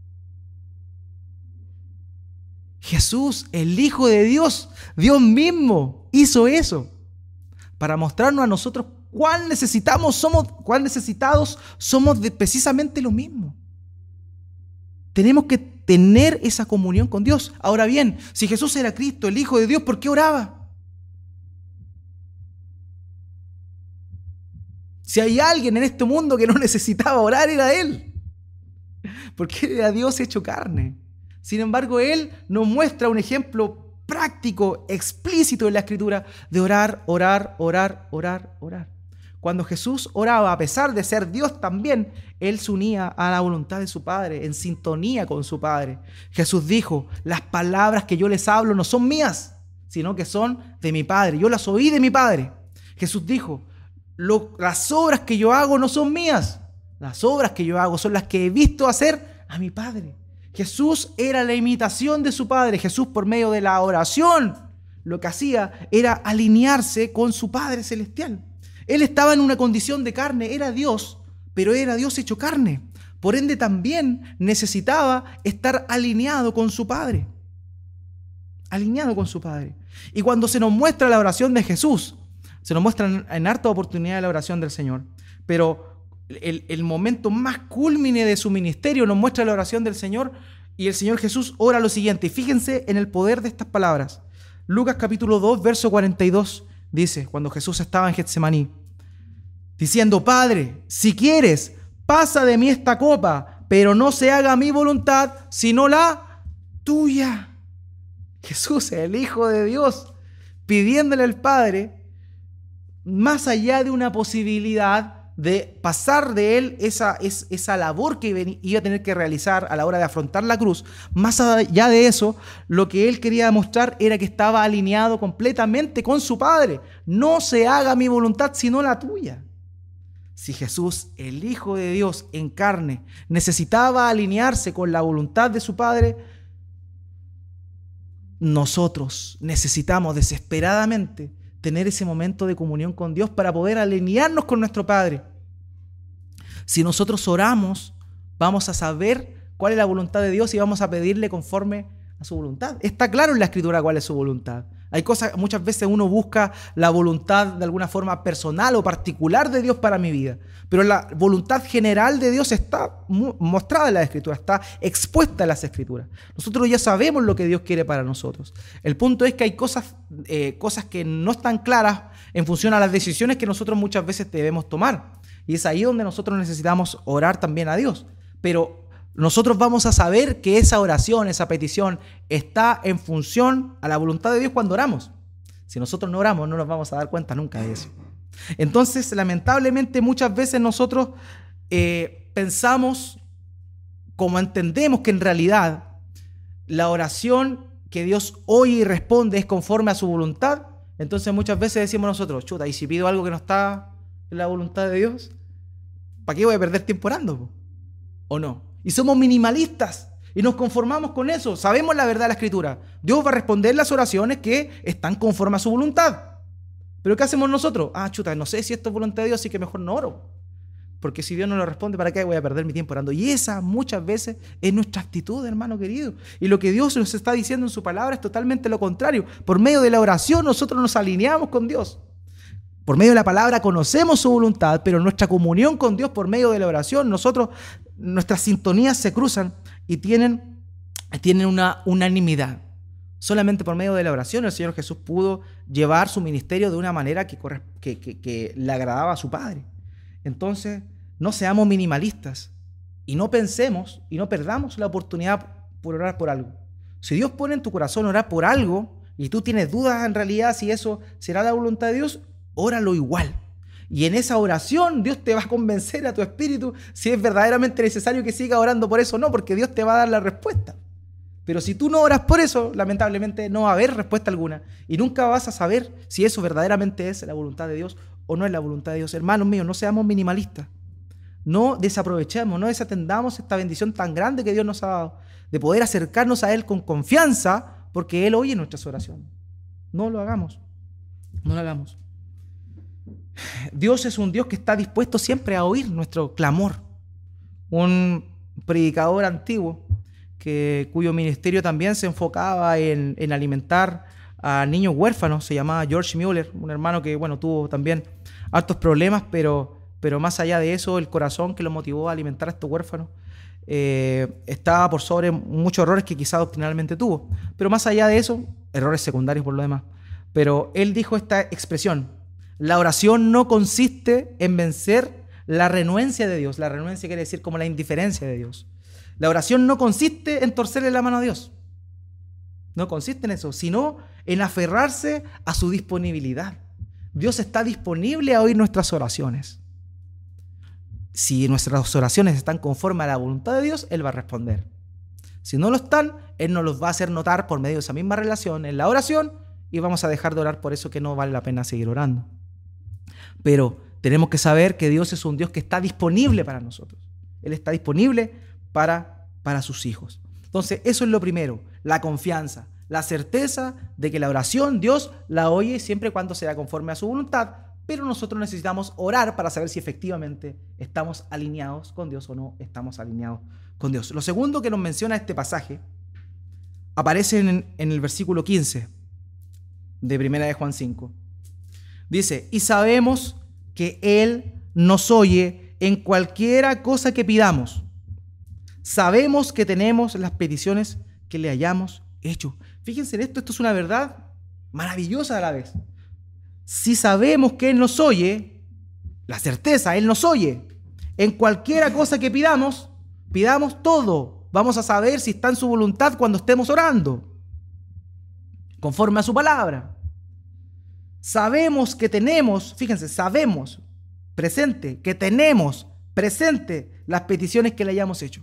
Jesús, el Hijo de Dios, Dios mismo, hizo eso para mostrarnos a nosotros cuán necesitados somos de precisamente lo mismo. Tenemos que tener esa comunión con Dios. Ahora bien, si Jesús era Cristo, el Hijo de Dios, ¿por qué oraba? Si hay alguien en este mundo que no necesitaba orar, era Él, porque era Dios hecho carne. Sin embargo, Él nos muestra un ejemplo práctico, explícito en la Escritura, de orar, orar, orar, orar, orar. Cuando Jesús oraba, a pesar de ser Dios también, Él se unía a la voluntad de su Padre, en sintonía con su Padre. Jesús dijo, las palabras que yo les hablo no son mías, sino que son de mi Padre. Yo las oí de mi Padre. Jesús dijo, las obras que yo hago no son mías. Las obras que yo hago son las que he visto hacer a mi Padre. Jesús era la imitación de su Padre. Jesús, por medio de la oración, lo que hacía era alinearse con su Padre celestial. Él estaba en una condición de carne, era Dios, pero era Dios hecho carne. Por ende, también necesitaba estar alineado con su Padre. Alineado con su Padre. Y cuando se nos muestra la oración de Jesús, se nos muestra en harta oportunidad la oración del Señor, pero el momento más cúlmine de su ministerio nos muestra la oración del Señor, y el Señor Jesús ora lo siguiente. Y fíjense en el poder de estas palabras. Lucas capítulo 2, verso 42 dice, cuando Jesús estaba en Getsemaní, diciendo, Padre, si quieres, pasa de mí esta copa, pero no se haga mi voluntad, sino la tuya. Jesús, el Hijo de Dios, pidiéndole al Padre, más allá de una posibilidad de pasar de Él esa labor que iba a tener que realizar a la hora de afrontar la cruz, más allá de eso, lo que Él quería demostrar era que estaba alineado completamente con su Padre. No se haga mi voluntad, sino la tuya. Si Jesús, el Hijo de Dios en carne, necesitaba alinearse con la voluntad de su Padre, nosotros necesitamos desesperadamente tener ese momento de comunión con Dios para poder alinearnos con nuestro Padre. Si nosotros oramos, vamos a saber cuál es la voluntad de Dios y vamos a pedirle conforme a su voluntad. Está claro en la Escritura cuál es su voluntad. Hay cosas, muchas veces uno busca la voluntad de alguna forma personal o particular de Dios para mi vida, pero la voluntad general de Dios está mostrada en la Escritura, está expuesta en las Escrituras. Nosotros ya sabemos lo que Dios quiere para nosotros. El punto es que hay cosas que no están claras en función a las decisiones que nosotros muchas veces debemos tomar, y es ahí donde nosotros necesitamos orar también a Dios. Pero nosotros vamos a saber que esa oración, esa petición, está en función a la voluntad de Dios cuando oramos. Si nosotros no oramos, no nos vamos a dar cuenta nunca de eso. Entonces, lamentablemente, muchas veces nosotros pensamos, como entendemos que en realidad la oración que Dios oye y responde es conforme a su voluntad, entonces muchas veces decimos nosotros, chuta, ¿y si pido algo que no está en la voluntad de Dios? ¿Para qué voy a perder tiempo orando? ¿O no? Y somos minimalistas y nos conformamos con eso. Sabemos la verdad de la Escritura. Dios va a responder las oraciones que están conforme a su voluntad. ¿Pero qué hacemos nosotros? Chuta, no sé si esto es voluntad de Dios, así que mejor no oro. Porque si Dios no lo responde, ¿para qué voy a perder mi tiempo orando? Y esa muchas veces es nuestra actitud, hermano querido. Y lo que Dios nos está diciendo en su palabra es totalmente lo contrario. Por medio de la oración nosotros nos alineamos con Dios. Por medio de la palabra conocemos su voluntad, pero nuestra comunión con Dios por medio de la oración, nuestras sintonías se cruzan y tienen una unanimidad. Solamente por medio de la oración el Señor Jesús pudo llevar su ministerio de una manera que le agradaba a su Padre. Entonces, no seamos minimalistas y no pensemos y no perdamos la oportunidad por orar por algo. Si Dios pone en tu corazón orar por algo y tú tienes dudas en realidad si eso será la voluntad de Dios, óralo igual. Y en esa oración Dios te va a convencer a tu espíritu si es verdaderamente necesario que sigas orando por eso o no, porque Dios te va a dar la respuesta. Pero si tú no oras por eso, lamentablemente no va a haber respuesta alguna y nunca vas a saber si eso verdaderamente es la voluntad de Dios o no es la voluntad de Dios. Hermanos míos, no seamos minimalistas. No desaprovechemos, no desatendamos esta bendición tan grande que Dios nos ha dado de poder acercarnos a Él con confianza porque Él oye nuestras oraciones. No lo hagamos. No lo hagamos. Dios es un Dios que está dispuesto siempre a oír nuestro clamor. Un predicador antiguo cuyo ministerio también se enfocaba en alimentar a niños huérfanos, se llamaba George Mueller, un hermano que tuvo también hartos problemas, pero más allá de eso, el corazón que lo motivó a alimentar a estos huérfanos estaba por sobre muchos errores que quizá doctrinalmente tuvo. Pero más allá de eso, errores secundarios por lo demás. Pero él dijo esta expresión: la oración no consiste en vencer la renuencia de Dios. La renuencia quiere decir como la indiferencia de Dios. La oración no consiste en torcerle la mano a Dios. No consiste en eso, sino en aferrarse a su disponibilidad. Dios está disponible a oír nuestras oraciones. Si nuestras oraciones están conforme a la voluntad de Dios, Él va a responder. Si no lo están, Él nos los va a hacer notar por medio de esa misma relación en la oración y vamos a dejar de orar por eso que no vale la pena seguir orando. Pero tenemos que saber que Dios es un Dios que está disponible para nosotros. Él está disponible para sus hijos. Entonces, eso es lo primero, la confianza, la certeza de que la oración Dios la oye siempre y cuando sea conforme a su voluntad, pero nosotros necesitamos orar para saber si efectivamente estamos alineados con Dios o no estamos alineados con Dios. Lo segundo que nos menciona este pasaje aparece en el versículo 15 de 1 de Juan 5. Dice: y sabemos que Él nos oye en cualquiera cosa que pidamos. Sabemos que tenemos las peticiones que le hayamos hecho. Fíjense en esto es una verdad maravillosa a la vez. Si sabemos que Él nos oye, la certeza, Él nos oye. En cualquiera cosa que pidamos, pidamos todo. Vamos a saber si está en su voluntad cuando estemos orando, conforme a su palabra. Sabemos que tenemos, fíjense, sabemos, presente, que tenemos presente las peticiones que le hayamos hecho.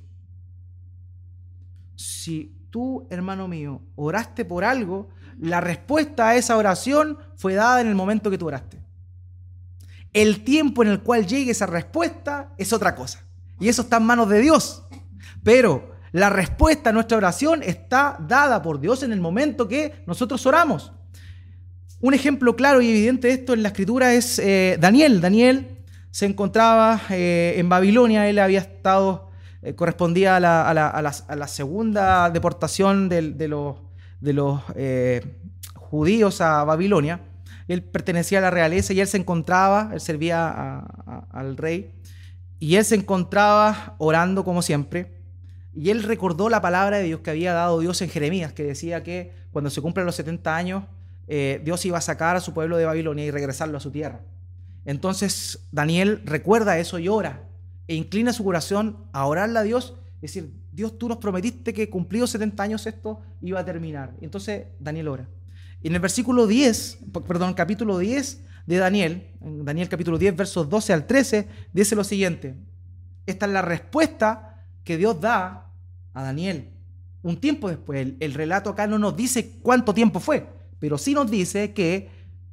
Si tú, hermano mío, oraste por algo, la respuesta a esa oración fue dada en el momento que tú oraste. El tiempo en el cual llegue esa respuesta es otra cosa. Y eso está en manos de Dios. Pero la respuesta a nuestra oración está dada por Dios en el momento que nosotros oramos. Un ejemplo claro y evidente de esto en la Escritura es Daniel. Daniel se encontraba en Babilonia. Él había estado... correspondía a la segunda deportación de los judíos a Babilonia. Él pertenecía a la realeza y él servía al rey, y él se encontraba orando como siempre, y él recordó la palabra de Dios que había dado Dios en Jeremías, que decía que cuando se cumplan los 70 años, Dios iba a sacar a su pueblo de Babilonia y regresarlo a su tierra. Entonces Daniel recuerda eso y ora, e inclina su corazón a orarle a Dios, es decir, Dios, tú nos prometiste que cumplidos 70 años esto iba a terminar. Entonces Daniel ora. En el capítulo 10 de Daniel, en Daniel capítulo 10, versos 12 al 13, dice lo siguiente. Esta es la respuesta que Dios da a Daniel un tiempo después. El relato acá no nos dice cuánto tiempo fue, pero sí nos dice que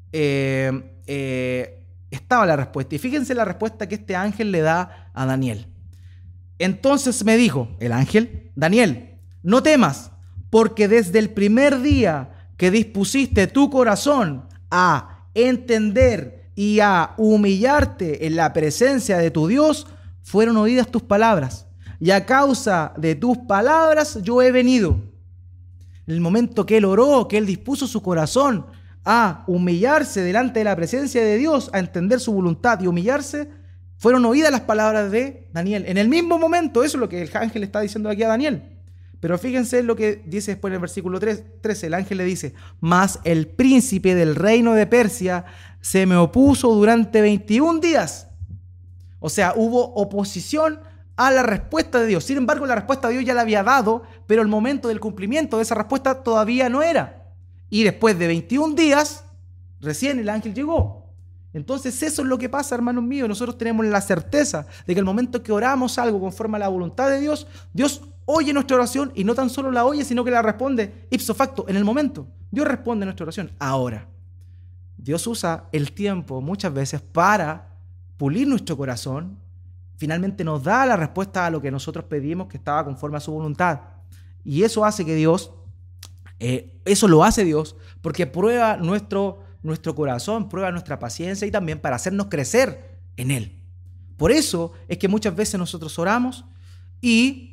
estaba la respuesta. Y fíjense la respuesta que este ángel le da a Daniel. Entonces me dijo el ángel: Daniel, no temas, porque desde el primer día que dispusiste tu corazón a entender y a humillarte en la presencia de tu Dios, fueron oídas tus palabras, y a causa de tus palabras yo he venido. En el momento que él oró, que él dispuso su corazón a humillarse delante de la presencia de Dios, a entender su voluntad y humillarse, fueron oídas las palabras de Daniel. En el mismo momento, eso es lo que el ángel está diciendo aquí a Daniel. Pero fíjense lo que dice después en el versículo 13. El ángel le dice: mas el príncipe del reino de Persia se me opuso durante 21 días. O sea, hubo oposición a la respuesta de Dios. Sin embargo, la respuesta de Dios ya la había dado, pero el momento del cumplimiento de esa respuesta todavía no era. Y después de 21 días, recién el ángel llegó. Entonces eso es lo que pasa, hermanos míos. Nosotros tenemos la certeza de que el momento que oramos algo conforme a la voluntad de Dios, Dios oye nuestra oración, y no tan solo la oye, sino que la responde ipso facto, en el momento. Dios responde a nuestra oración. Ahora, Dios usa el tiempo muchas veces para pulir nuestro corazón. Finalmente nos da la respuesta a lo que nosotros pedimos, que estaba conforme a su voluntad. Y eso hace que Dios, eso lo hace Dios porque prueba nuestro corazón, prueba nuestra paciencia, y también para hacernos crecer en Él. Por eso es que muchas veces nosotros oramos y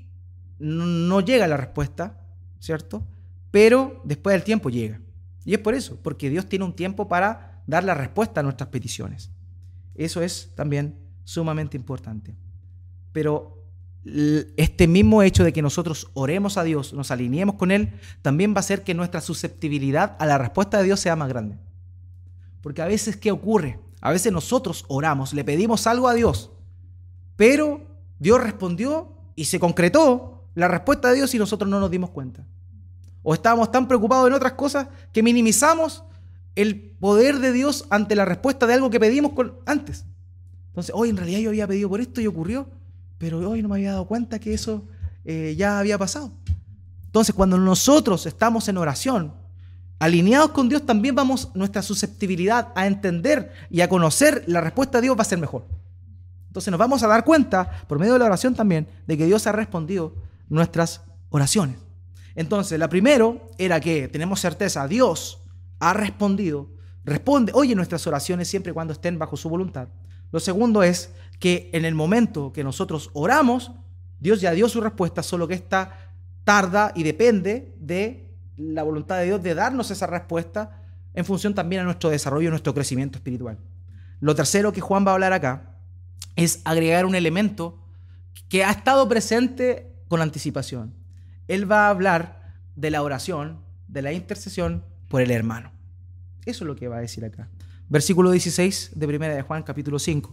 no llega la respuesta, ¿cierto? Pero después del tiempo llega. Y es por eso, porque Dios tiene un tiempo para dar la respuesta a nuestras peticiones. Eso es también sumamente importante. Pero este mismo hecho de que nosotros oremos a Dios, nos alineemos con Él, también va a hacer que nuestra susceptibilidad a la respuesta de Dios sea más grande. Porque a veces, ¿qué ocurre? A veces nosotros oramos, le pedimos algo a Dios, pero Dios respondió y se concretó la respuesta de Dios y nosotros no nos dimos cuenta. O estábamos tan preocupados en otras cosas que minimizamos el poder de Dios ante la respuesta de algo que pedimos antes. Entonces, hoy en realidad yo había pedido por esto y ocurrió, pero hoy no me había dado cuenta que eso ya había pasado. Entonces, cuando nosotros estamos en oración, alineados con Dios, también nuestra susceptibilidad a entender y a conocer la respuesta de Dios va a ser mejor. Entonces nos vamos a dar cuenta, por medio de la oración también, de que Dios ha respondido nuestras oraciones. Entonces, la primero era que tenemos certeza, Dios ha respondido, oye nuestras oraciones siempre y cuando estén bajo su voluntad. Lo segundo es que en el momento que nosotros oramos, Dios ya dio su respuesta, solo que esta tarda y depende de la voluntad de Dios de darnos esa respuesta en función también a nuestro desarrollo, nuestro crecimiento espiritual. Lo tercero que Juan va a hablar acá es agregar un elemento que ha estado presente con anticipación. Él va a hablar de la oración, de la intercesión por el hermano. Eso es lo que va a decir acá. Versículo 16 de 1 de Juan, capítulo 5.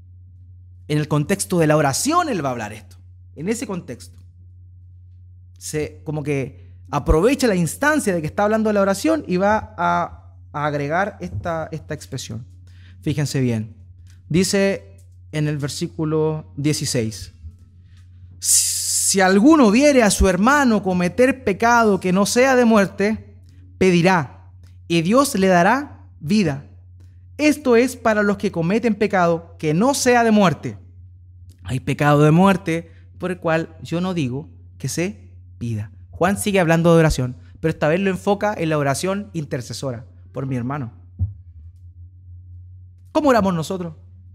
En el contexto de la oración él va a hablar esto. En ese contexto. Como que aprovecha la instancia de que está hablando de la oración y va a agregar esta expresión. Fíjense bien. Dice en el versículo 16: si alguno viere a su hermano cometer pecado que no sea de muerte, pedirá, y Dios le dará vida. Esto es para los que cometen pecado que no sea de muerte. Hay pecado de muerte por el cual yo no digo que se pida. Juan sigue hablando de oración, pero esta vez lo enfoca en la oración intercesora por mi hermano. ¿Cómo oramos nosotros?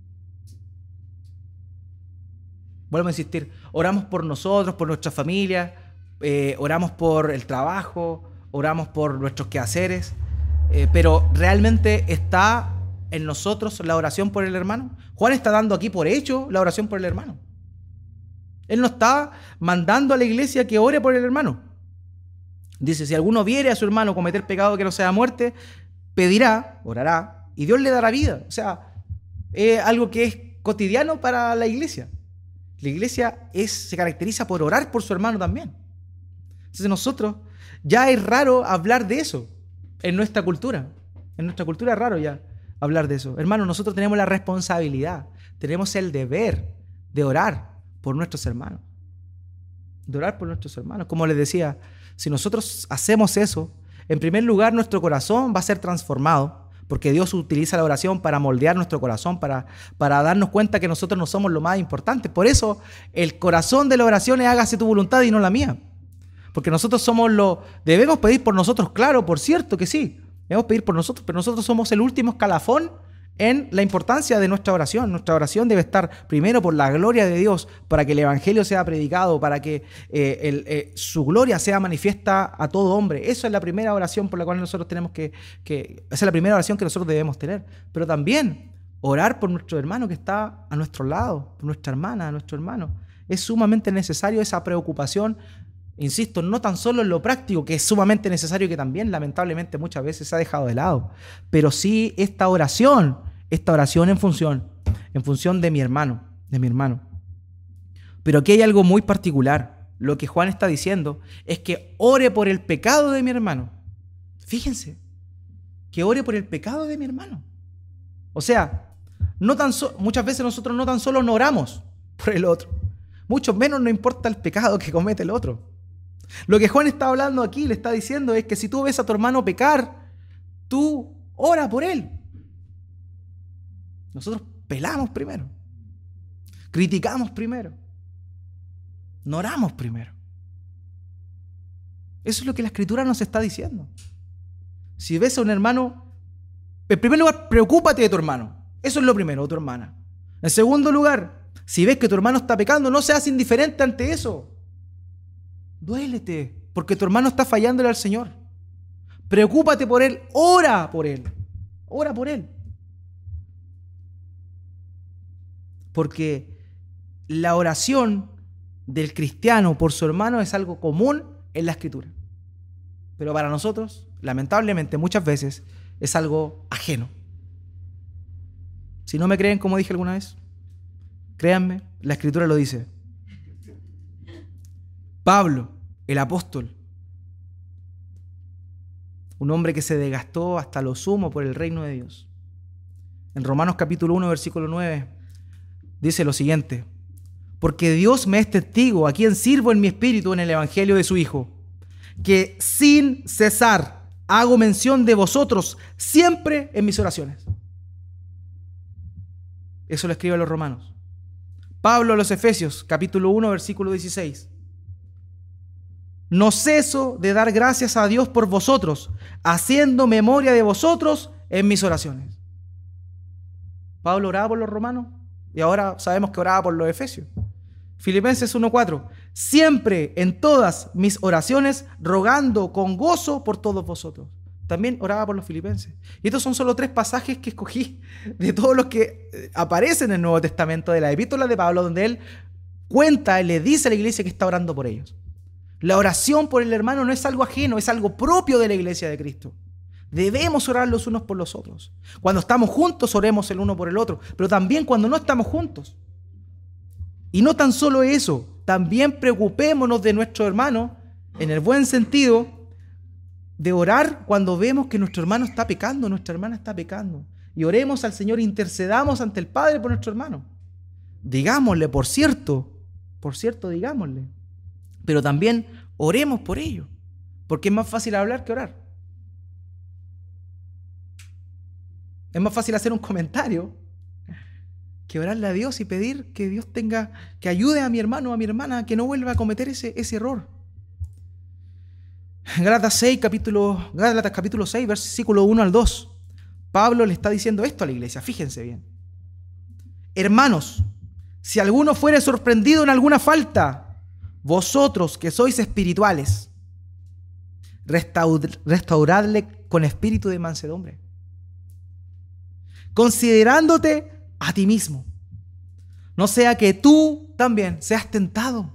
Vuelvo a insistir, oramos por nosotros, por nuestra familia, oramos por el trabajo, oramos por nuestros quehaceres, pero ¿realmente está en nosotros la oración por el hermano? Juan está dando aquí por hecho la oración por el hermano. Él no está mandando a la iglesia que ore por el hermano. Dice, si alguno viere a su hermano cometer pecado que no sea muerte, pedirá, orará, y Dios le dará vida. O sea, es algo que es cotidiano para la iglesia. La iglesia se caracteriza por orar por su hermano también. Entonces nosotros, ya es raro hablar de eso en nuestra cultura. En nuestra cultura es raro ya hablar de eso. Hermanos, nosotros tenemos la responsabilidad, tenemos el deber de orar por nuestros hermanos. De orar por nuestros hermanos. Como les decía, si nosotros hacemos eso, en primer lugar nuestro corazón va a ser transformado, porque Dios utiliza la oración para moldear nuestro corazón, para darnos cuenta que nosotros no somos lo más importante. Por eso el corazón de la oración es hágase tu voluntad y no la mía. Porque nosotros debemos pedir por nosotros, claro, por cierto que sí. Debemos pedir por nosotros, pero nosotros somos el último escalafón en la importancia de nuestra oración. Nuestra oración debe estar primero por la gloria de Dios, para que el evangelio sea predicado, para que su gloria sea manifiesta a todo hombre. Esa es la primera oración por la cual nosotros tenemos esa es la primera oración que nosotros debemos tener. Pero también orar por nuestro hermano que está a nuestro lado, por nuestra hermana, a nuestro hermano. Es sumamente necesario esa preocupación Insisto, no tan solo en lo práctico, que es sumamente necesario, que también lamentablemente muchas veces se ha dejado de lado, pero sí esta oración en función de mi hermano, Pero aquí hay algo muy particular. Lo que Juan está diciendo es que ore por el pecado de mi hermano. Fíjense, que ore por el pecado de mi hermano. O sea, muchas veces nosotros no tan solo no oramos por el otro, mucho menos nos importa el pecado que comete el otro. Lo que Juan está hablando aquí, le está diciendo, es que si tú ves a tu hermano pecar, tú ora por él. Nosotros pelamos primero, criticamos primero, no oramos primero. Eso es lo que la Escritura nos está diciendo. Si ves a un hermano, en primer lugar, preocúpate de tu hermano. Eso es lo primero, o tu hermana. En segundo lugar, si ves que tu hermano está pecando, no seas indiferente ante eso. Duélete, porque tu hermano está fallándole al Señor. Preocúpate por él, ora por él. Ora por él. Porque la oración del cristiano por su hermano es algo común en la Escritura. Pero para nosotros, lamentablemente, muchas veces es algo ajeno. Si no me creen, como dije alguna vez, créanme, la Escritura lo dice. Pablo, el apóstol, un hombre que se desgastó hasta lo sumo por el reino de Dios. En Romanos capítulo 1, versículo 9, dice lo siguiente: porque Dios me es testigo, a quien sirvo en mi espíritu en el evangelio de su Hijo, que sin cesar hago mención de vosotros siempre en mis oraciones. Eso lo escribe a los romanos. Pablo a los Efesios, capítulo 1, versículo 16. No ceso de dar gracias a Dios por vosotros, haciendo memoria de vosotros en mis oraciones. Pablo oraba por los romanos y ahora sabemos que oraba por los efesios. Filipenses 1:4. Siempre en todas mis oraciones rogando con gozo por todos vosotros. También oraba por los filipenses. Y estos son solo 3 pasajes que escogí de todos los que aparecen en el Nuevo Testamento, de la epístola de Pablo, donde él cuenta y le dice a la iglesia que está orando por ellos. La oración por el hermano no es algo ajeno, es algo propio de la iglesia de Cristo. Debemos orar los unos por los otros. Cuando estamos juntos, oremos el uno por el otro, pero también cuando no estamos juntos. Y no tan solo eso, también preocupémonos de nuestro hermano, en el buen sentido de orar cuando vemos que nuestro hermano está pecando, nuestra hermana está pecando. Y oremos al Señor, intercedamos ante el Padre por nuestro hermano. Digámosle, por cierto, digámosle. Pero también oremos por ello, porque es más fácil hablar que orar. Es más fácil hacer un comentario que orarle a Dios y pedir que Dios que ayude a mi hermano o a mi hermana a que no vuelva a cometer ese error. Gálatas capítulo 6, versículo 1 al 2. Pablo le está diciendo esto a la iglesia, fíjense bien. Hermanos, si alguno fuere sorprendido en alguna falta, vosotros que sois espirituales, restauradle con espíritu de mansedumbre, considerándote a ti mismo, no sea que tú también seas tentado.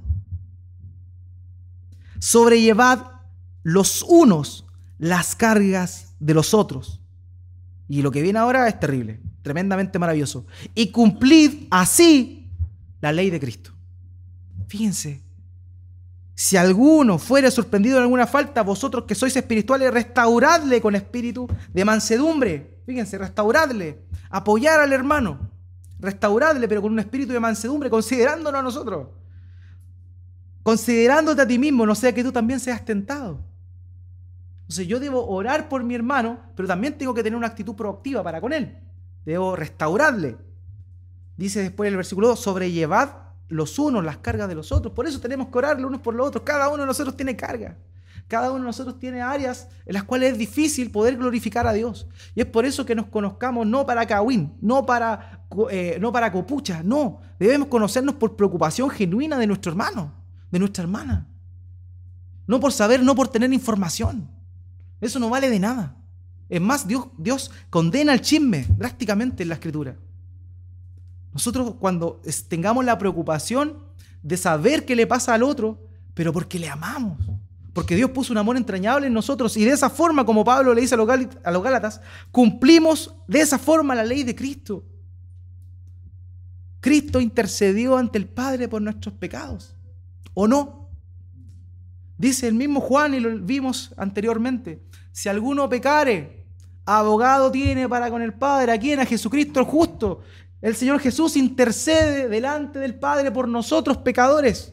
Sobrellevad los unos las cargas de los otros. Y lo que viene ahora es terrible, tremendamente maravilloso. Y cumplid así la ley de Cristo. Fíjense, si alguno fuere sorprendido en alguna falta, vosotros que sois espirituales, restauradle con espíritu de mansedumbre. Fíjense, restauradle, apoyar al hermano, restauradle, pero con un espíritu de mansedumbre, considerándonos a nosotros, considerándote a ti mismo, no sea que tú también seas tentado. Entonces yo debo orar por mi hermano, pero también tengo que tener una actitud proactiva para con él. Debo restaurarle. Dice después el versículo 2, sobrellevad los unos las cargas de los otros. Por eso tenemos que orar los unos por los otros. Cada uno de nosotros tiene carga. Cada uno de nosotros tiene áreas en las cuales es difícil poder glorificar a Dios. Y es por eso que nos conozcamos no para cagüín, no para copucha, no. Debemos conocernos por preocupación genuina de nuestro hermano, de nuestra hermana. No por saber, no por tener información. Eso no vale de nada. Es más, Dios condena el chisme drásticamente en la Escritura. Nosotros cuando tengamos la preocupación de saber qué le pasa al otro, pero porque le amamos. Porque Dios puso un amor entrañable en nosotros y de esa forma, como Pablo le dice a los Gálatas, cumplimos de esa forma la ley de Cristo. Cristo intercedió ante el Padre por nuestros pecados, ¿o no? Dice el mismo Juan, y lo vimos anteriormente, si alguno pecare, abogado tiene para con el Padre. ¿A quién? A Jesucristo el justo. El Señor Jesús intercede delante del Padre por nosotros pecadores.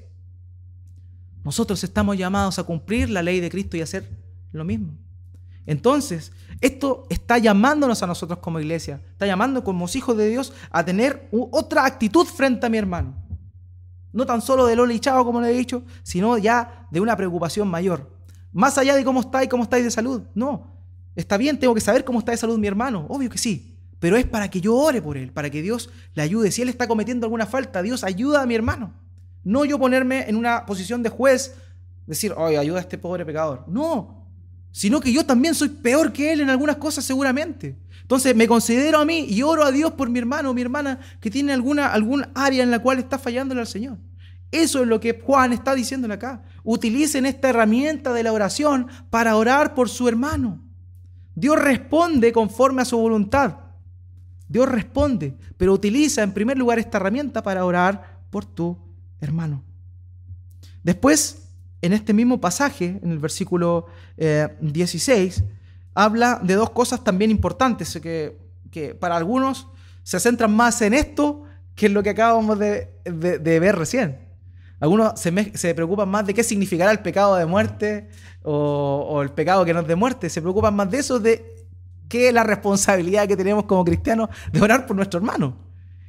Nosotros estamos llamados a cumplir la ley de Cristo y hacer lo mismo. Entonces, esto está llamándonos a nosotros como iglesia, está llamando como hijos de Dios a tener otra actitud frente a mi hermano. No tan solo de loli y chao, como le he dicho, sino ya de una preocupación mayor. Más allá de cómo estáis de salud. No, está bien, tengo que saber cómo está de salud mi hermano, obvio que sí, pero es para que yo ore por él, para que Dios le ayude. Si él está cometiendo alguna falta, Dios ayuda a mi hermano. No yo ponerme en una posición de juez, decir, oye, ayuda a este pobre pecador. No, sino que yo también soy peor que él en algunas cosas seguramente. Entonces me considero a mí y oro a Dios por mi hermano o mi hermana que tiene algún área en la cual está fallándole al Señor. Eso es lo que Juan está diciéndole acá. Utilicen esta herramienta de la oración para orar por su hermano. Dios responde conforme a su voluntad. Dios responde, pero utiliza en primer lugar esta herramienta para orar por tu hermano. Después, en este mismo pasaje, en el versículo 16, habla de dos cosas también importantes que para algunos se centran más en esto que en lo que acabamos de ver recién. Algunos se preocupan más de qué significará el pecado de muerte o el pecado que no es de muerte. Se preocupan más de eso, de qué es la responsabilidad que tenemos como cristianos de orar por nuestro hermano.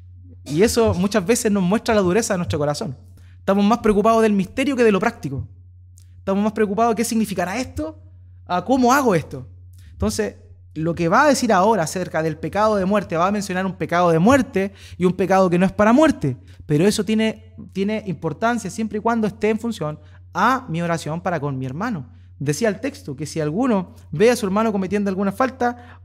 Y eso muchas veces nos muestra la dureza de nuestro corazón. Estamos más preocupados del misterio que de lo práctico. Estamos más preocupados de qué significará esto, a cómo hago esto. Entonces, lo que va a decir ahora acerca del pecado de muerte, va a mencionar un pecado de muerte y un pecado que no es para muerte. Pero eso tiene importancia siempre y cuando esté en función a mi oración para con mi hermano. Decía el texto que si alguno ve a su hermano cometiendo alguna falta,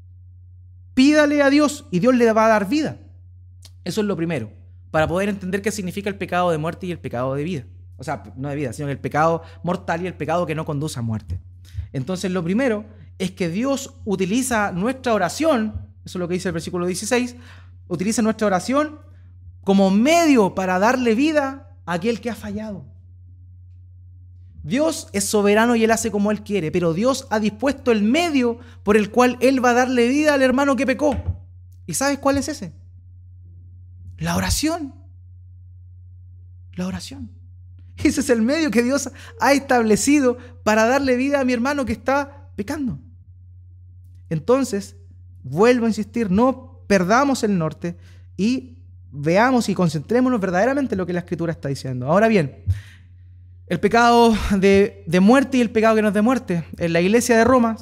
pídale a Dios y Dios le va a dar vida. Eso es lo primero, para poder entender qué significa el pecado de muerte y el pecado de vida. O sea, no de vida, sino el pecado mortal y el pecado que no conduce a muerte. Entonces, lo primero es que Dios utiliza nuestra oración, eso es lo que dice el versículo 16, utiliza nuestra oración como medio para darle vida a aquel que ha fallado. Dios es soberano y Él hace como Él quiere, pero Dios ha dispuesto el medio por el cual Él va a darle vida al hermano que pecó. ¿Y sabes cuál es ese? La oración. La oración. Ese es el medio que Dios ha establecido para darle vida a mi hermano que está pecando. Entonces, vuelvo a insistir, no perdamos el norte y veamos y concentrémonos verdaderamente en lo que la Escritura está diciendo. Ahora bien, el pecado de muerte y el pecado que no es de muerte. En la iglesia de Roma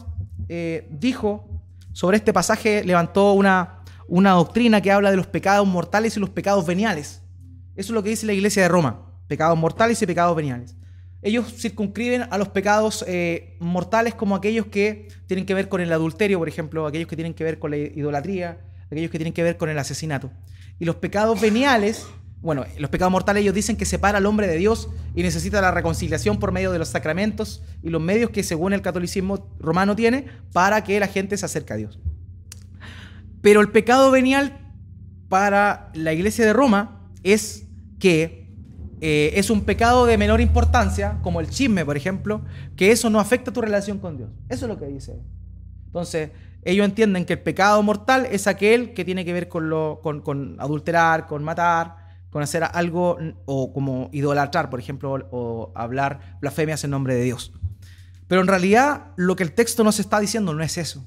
dijo sobre este pasaje, levantó una doctrina que habla de los pecados mortales y los pecados veniales. Eso es lo que dice la iglesia de Roma, pecados mortales y pecados veniales. Ellos circunscriben a los pecados mortales como aquellos que tienen que ver con el adulterio, por ejemplo, aquellos que tienen que ver con la idolatría, aquellos que tienen que ver con el asesinato. Y los pecados veniales, bueno, los pecados mortales ellos dicen que separa al hombre de Dios y necesita la reconciliación por medio de los sacramentos y los medios que según el catolicismo romano tiene para que la gente se acerque a Dios. Pero el pecado venial para la iglesia de Roma es que es un pecado de menor importancia, como el chisme, por ejemplo, que eso no afecta tu relación con Dios. Eso es lo que dice. Entonces, ellos entienden que el pecado mortal es aquel que tiene que ver con adulterar, con matar, con hacer algo, o como idolatrar, por ejemplo, o hablar blasfemias en nombre de Dios. Pero en realidad, lo que el texto nos está diciendo no es eso.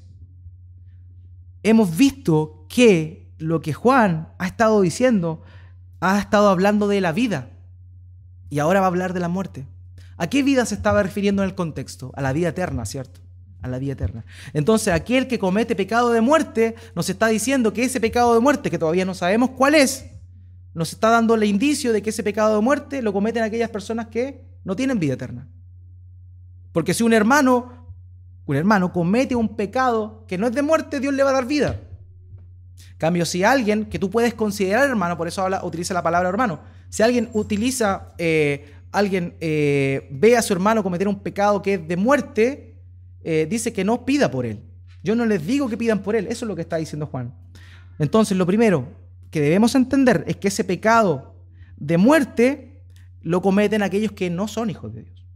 Hemos visto que lo que Juan ha estado diciendo, ha estado hablando de la vida. Y ahora va a hablar de la muerte. ¿A qué vida se estaba refiriendo en el contexto? A la vida eterna, ¿cierto? A la vida eterna. Entonces, aquel que comete pecado de muerte, nos está diciendo que ese pecado de muerte, que todavía no sabemos cuál es, nos está dando el indicio de que ese pecado de muerte lo cometen aquellas personas que no tienen vida eterna. Porque si un hermano comete un pecado que no es de muerte, Dios le va a dar vida. En cambio, si alguien que tú puedes considerar hermano, por eso utiliza la palabra hermano, si alguien utiliza alguien ve a su hermano cometer un pecado que es de muerte, dice que no pida por él. Yo no les digo que pidan por él, eso es lo que está diciendo Juan. Entonces, lo primero que debemos entender es que ese pecado de muerte lo cometen aquellos que no son hijos de Dios.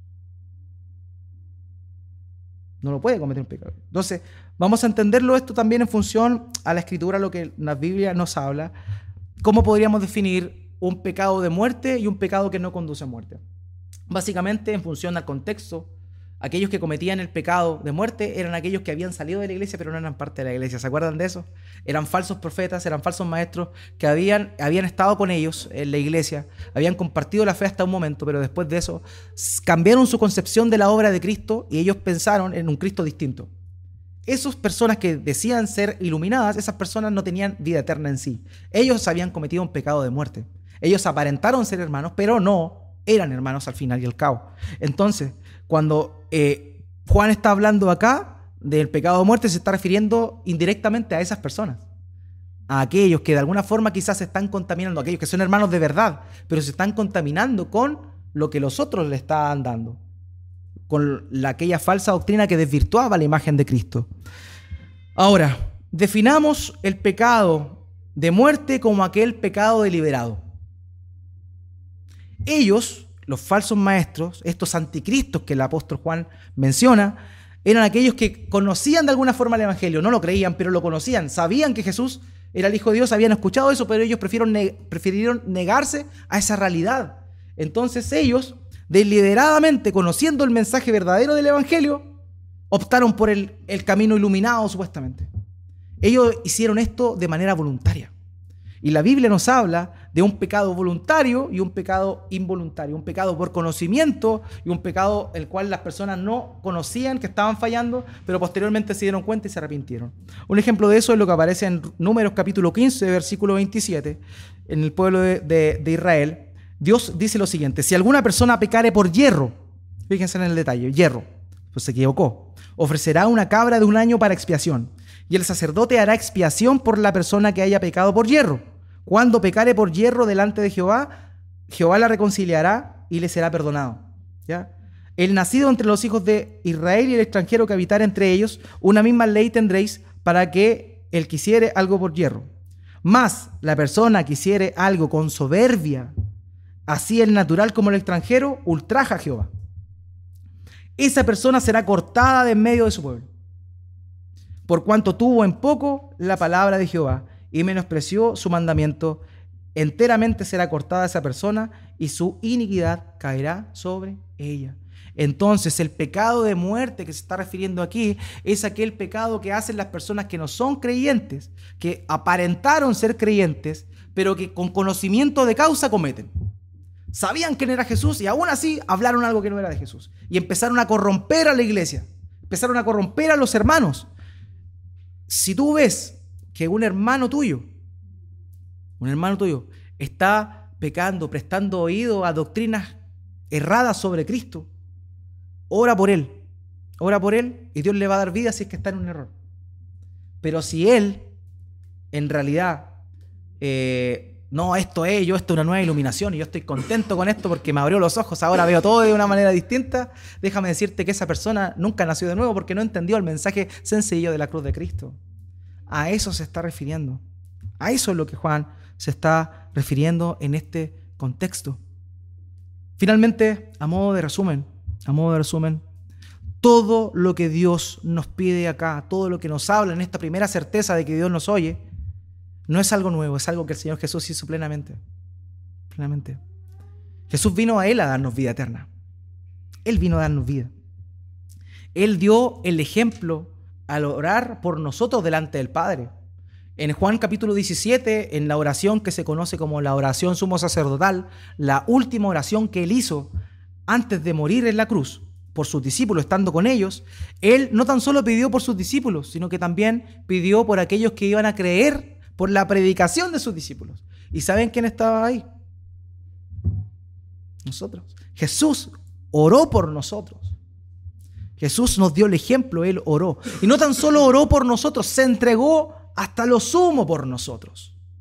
No lo puede cometer un pecado. Entonces, vamos a entenderlo esto también en función a la Escritura, lo que la Biblia nos habla. ¿Cómo podríamos definir un pecado de muerte y un pecado que no conduce a muerte? Básicamente, en función al contexto, aquellos que cometían el pecado de muerte eran aquellos que habían salido de la iglesia pero no eran parte de la iglesia. ¿Se acuerdan de eso? Eran falsos profetas, eran falsos maestros que habían estado con ellos en la iglesia, habían compartido la fe hasta un momento, pero después de eso cambiaron su concepción de la obra de Cristo y ellos pensaron en un Cristo distinto. Esas personas que decían ser iluminadas, esas personas no tenían vida eterna en sí. Ellos habían cometido un pecado de muerte. Ellos aparentaron ser hermanos, pero no eran hermanos al final y al cabo. Entonces, cuando Juan está hablando acá del pecado de muerte, se está refiriendo indirectamente a esas personas, a aquellos que de alguna forma quizás se están contaminando, aquellos que son hermanos de verdad, pero se están contaminando con lo que los otros le están dando, con aquella falsa doctrina que desvirtuaba la imagen de Cristo. Ahora, definamos el pecado de muerte como aquel pecado deliberado. Ellos, los falsos maestros, estos anticristos que el apóstol Juan menciona, eran aquellos que conocían de alguna forma el evangelio, no lo creían, pero lo conocían, sabían que Jesús era el Hijo de Dios, habían escuchado eso, pero ellos prefirieron negarse a esa realidad. Entonces ellos, deliberadamente conociendo el mensaje verdadero del evangelio, optaron por el camino iluminado supuestamente. Ellos hicieron esto de manera voluntaria. Y la Biblia nos habla de un pecado voluntario y un pecado involuntario, un pecado por conocimiento y un pecado el cual las personas no conocían que estaban fallando, pero posteriormente se dieron cuenta y se arrepintieron. Un ejemplo de eso es lo que aparece en Números capítulo 15, versículo 27, en el pueblo de Israel. Dios dice lo siguiente: si alguna persona pecare por yerro, fíjense en el detalle, yerro, pues se equivocó, ofrecerá una cabra de un año para expiación, y el sacerdote hará expiación por la persona que haya pecado por yerro. Cuando pecare por yerro delante de Jehová, Jehová la reconciliará y le será perdonado. ¿Ya? El nacido entre los hijos de Israel y el extranjero que habitare entre ellos, una misma ley tendréis para que el que hiciere algo por yerro. Mas la persona que hiciere algo con soberbia, así el natural como el extranjero, ultraja a Jehová. Esa persona será cortada de en medio de su pueblo, por cuanto tuvo en poco la palabra de Jehová y menospreció su mandamiento, enteramente será cortada esa persona y su iniquidad caerá sobre ella. Entonces, el pecado de muerte que se está refiriendo aquí es aquel pecado que hacen las personas que no son creyentes, que aparentaron ser creyentes, pero que con conocimiento de causa cometen. Sabían quién era Jesús y aún así hablaron algo que no era de Jesús. Y empezaron a corromper a la iglesia, empezaron a corromper a los hermanos. Si tú ves que un hermano tuyo está pecando, prestando oído a doctrinas erradas sobre Cristo, ora por él y Dios le va a dar vida si es que está en un error. Pero si él, en realidad, esto es una nueva iluminación y yo estoy contento con esto porque me abrió los ojos, ahora veo todo de una manera distinta, déjame decirte que esa persona nunca nació de nuevo porque no entendió el mensaje sencillo de la cruz de Cristo. A eso se está refiriendo. A eso es lo que Juan se está refiriendo en este contexto. Finalmente, a modo de resumen, todo lo que Dios nos pide acá, todo lo que nos habla en esta primera certeza de que Dios nos oye, no es algo nuevo, es algo que el Señor Jesús hizo plenamente. Jesús vino a Él a darnos vida eterna. Él vino a darnos vida. Él dio el ejemplo al orar por nosotros delante del Padre. En Juan capítulo 17, en la oración que se conoce como la oración sumo sacerdotal, la última oración que Él hizo antes de morir en la cruz por sus discípulos, estando con ellos, Él no tan solo pidió por sus discípulos, sino que también pidió por aquellos que iban a creer por la predicación de sus discípulos. ¿Y saben quién estaba ahí? Nosotros. Jesús oró por nosotros. Jesús nos dio el ejemplo, Él oró. Y no tan solo oró por nosotros, se entregó hasta lo sumo por nosotros.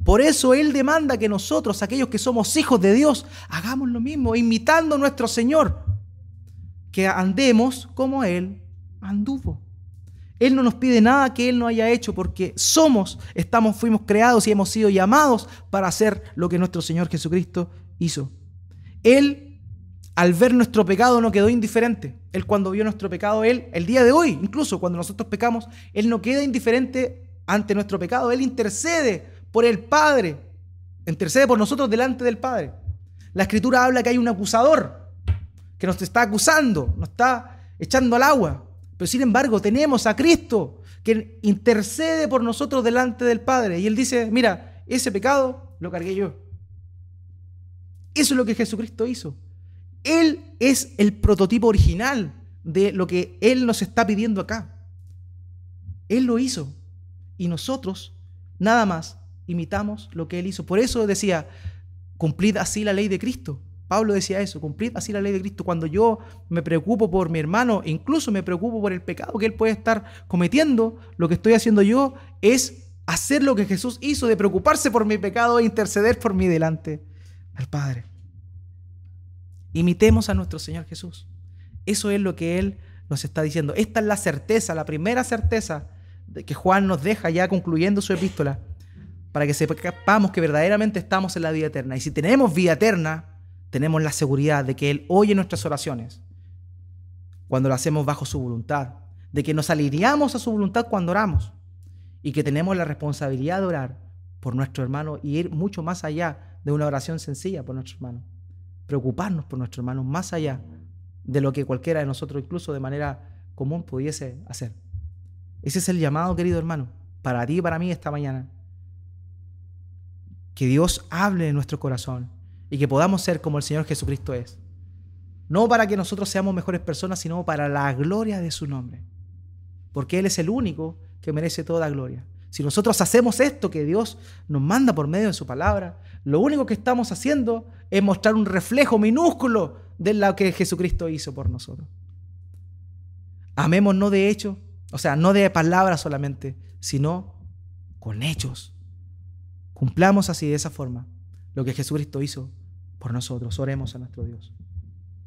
Por eso Él demanda que nosotros, aquellos que somos hijos de Dios, hagamos lo mismo, imitando a nuestro Señor, que andemos como Él anduvo. Él no nos pide nada que Él no haya hecho, porque fuimos creados y hemos sido llamados para hacer lo que nuestro Señor Jesucristo hizo. Él, al ver nuestro pecado, no quedó indiferente. Él, cuando vio nuestro pecado, el día de hoy, incluso cuando nosotros pecamos, Él no queda indiferente ante nuestro pecado. Él intercede por el Padre, intercede por nosotros delante del Padre. La Escritura habla que hay un acusador que nos está acusando, nos está echando al agua. Pero sin embargo tenemos a Cristo que intercede por nosotros delante del Padre. Y Él dice, mira, ese pecado lo cargué yo. Eso es lo que Jesucristo hizo. Él es el prototipo original de lo que Él nos está pidiendo acá. Él lo hizo. Y nosotros nada más imitamos lo que Él hizo. Por eso decía, cumplid así la ley de Cristo. Pablo decía eso, cumplid así la ley de Cristo. Cuando yo me preocupo por mi hermano, incluso me preocupo por el pecado que él puede estar cometiendo, lo que estoy haciendo yo es hacer lo que Jesús hizo, de preocuparse por mi pecado e interceder por mí delante del Padre. Imitemos a nuestro Señor Jesús. Eso es lo que Él nos está diciendo. Esta es la certeza, la primera certeza que Juan nos deja ya concluyendo su epístola, para que sepamos que verdaderamente estamos en la vida eterna. Y si tenemos vida eterna, tenemos la seguridad de que Él oye nuestras oraciones cuando lo hacemos bajo su voluntad, de que nos alineamos a su voluntad cuando oramos y que tenemos la responsabilidad de orar por nuestro hermano y ir mucho más allá de una oración sencilla por nuestro hermano. Preocuparnos por nuestro hermano más allá de lo que cualquiera de nosotros, incluso de manera común, pudiese hacer. Ese es el llamado, querido hermano, para ti y para mí esta mañana. Que Dios hable en nuestro corazón y que podamos ser como el Señor Jesucristo es. No para que nosotros seamos mejores personas, sino para la gloria de su nombre. Porque Él es el único que merece toda gloria. Si nosotros hacemos esto que Dios nos manda por medio de su palabra, lo único que estamos haciendo es mostrar un reflejo minúsculo de lo que Jesucristo hizo por nosotros. Amemos no de hecho, no de palabras solamente, sino con hechos. Cumplamos así, de esa forma, lo que Jesucristo hizo por nosotros. Oremos a nuestro Dios.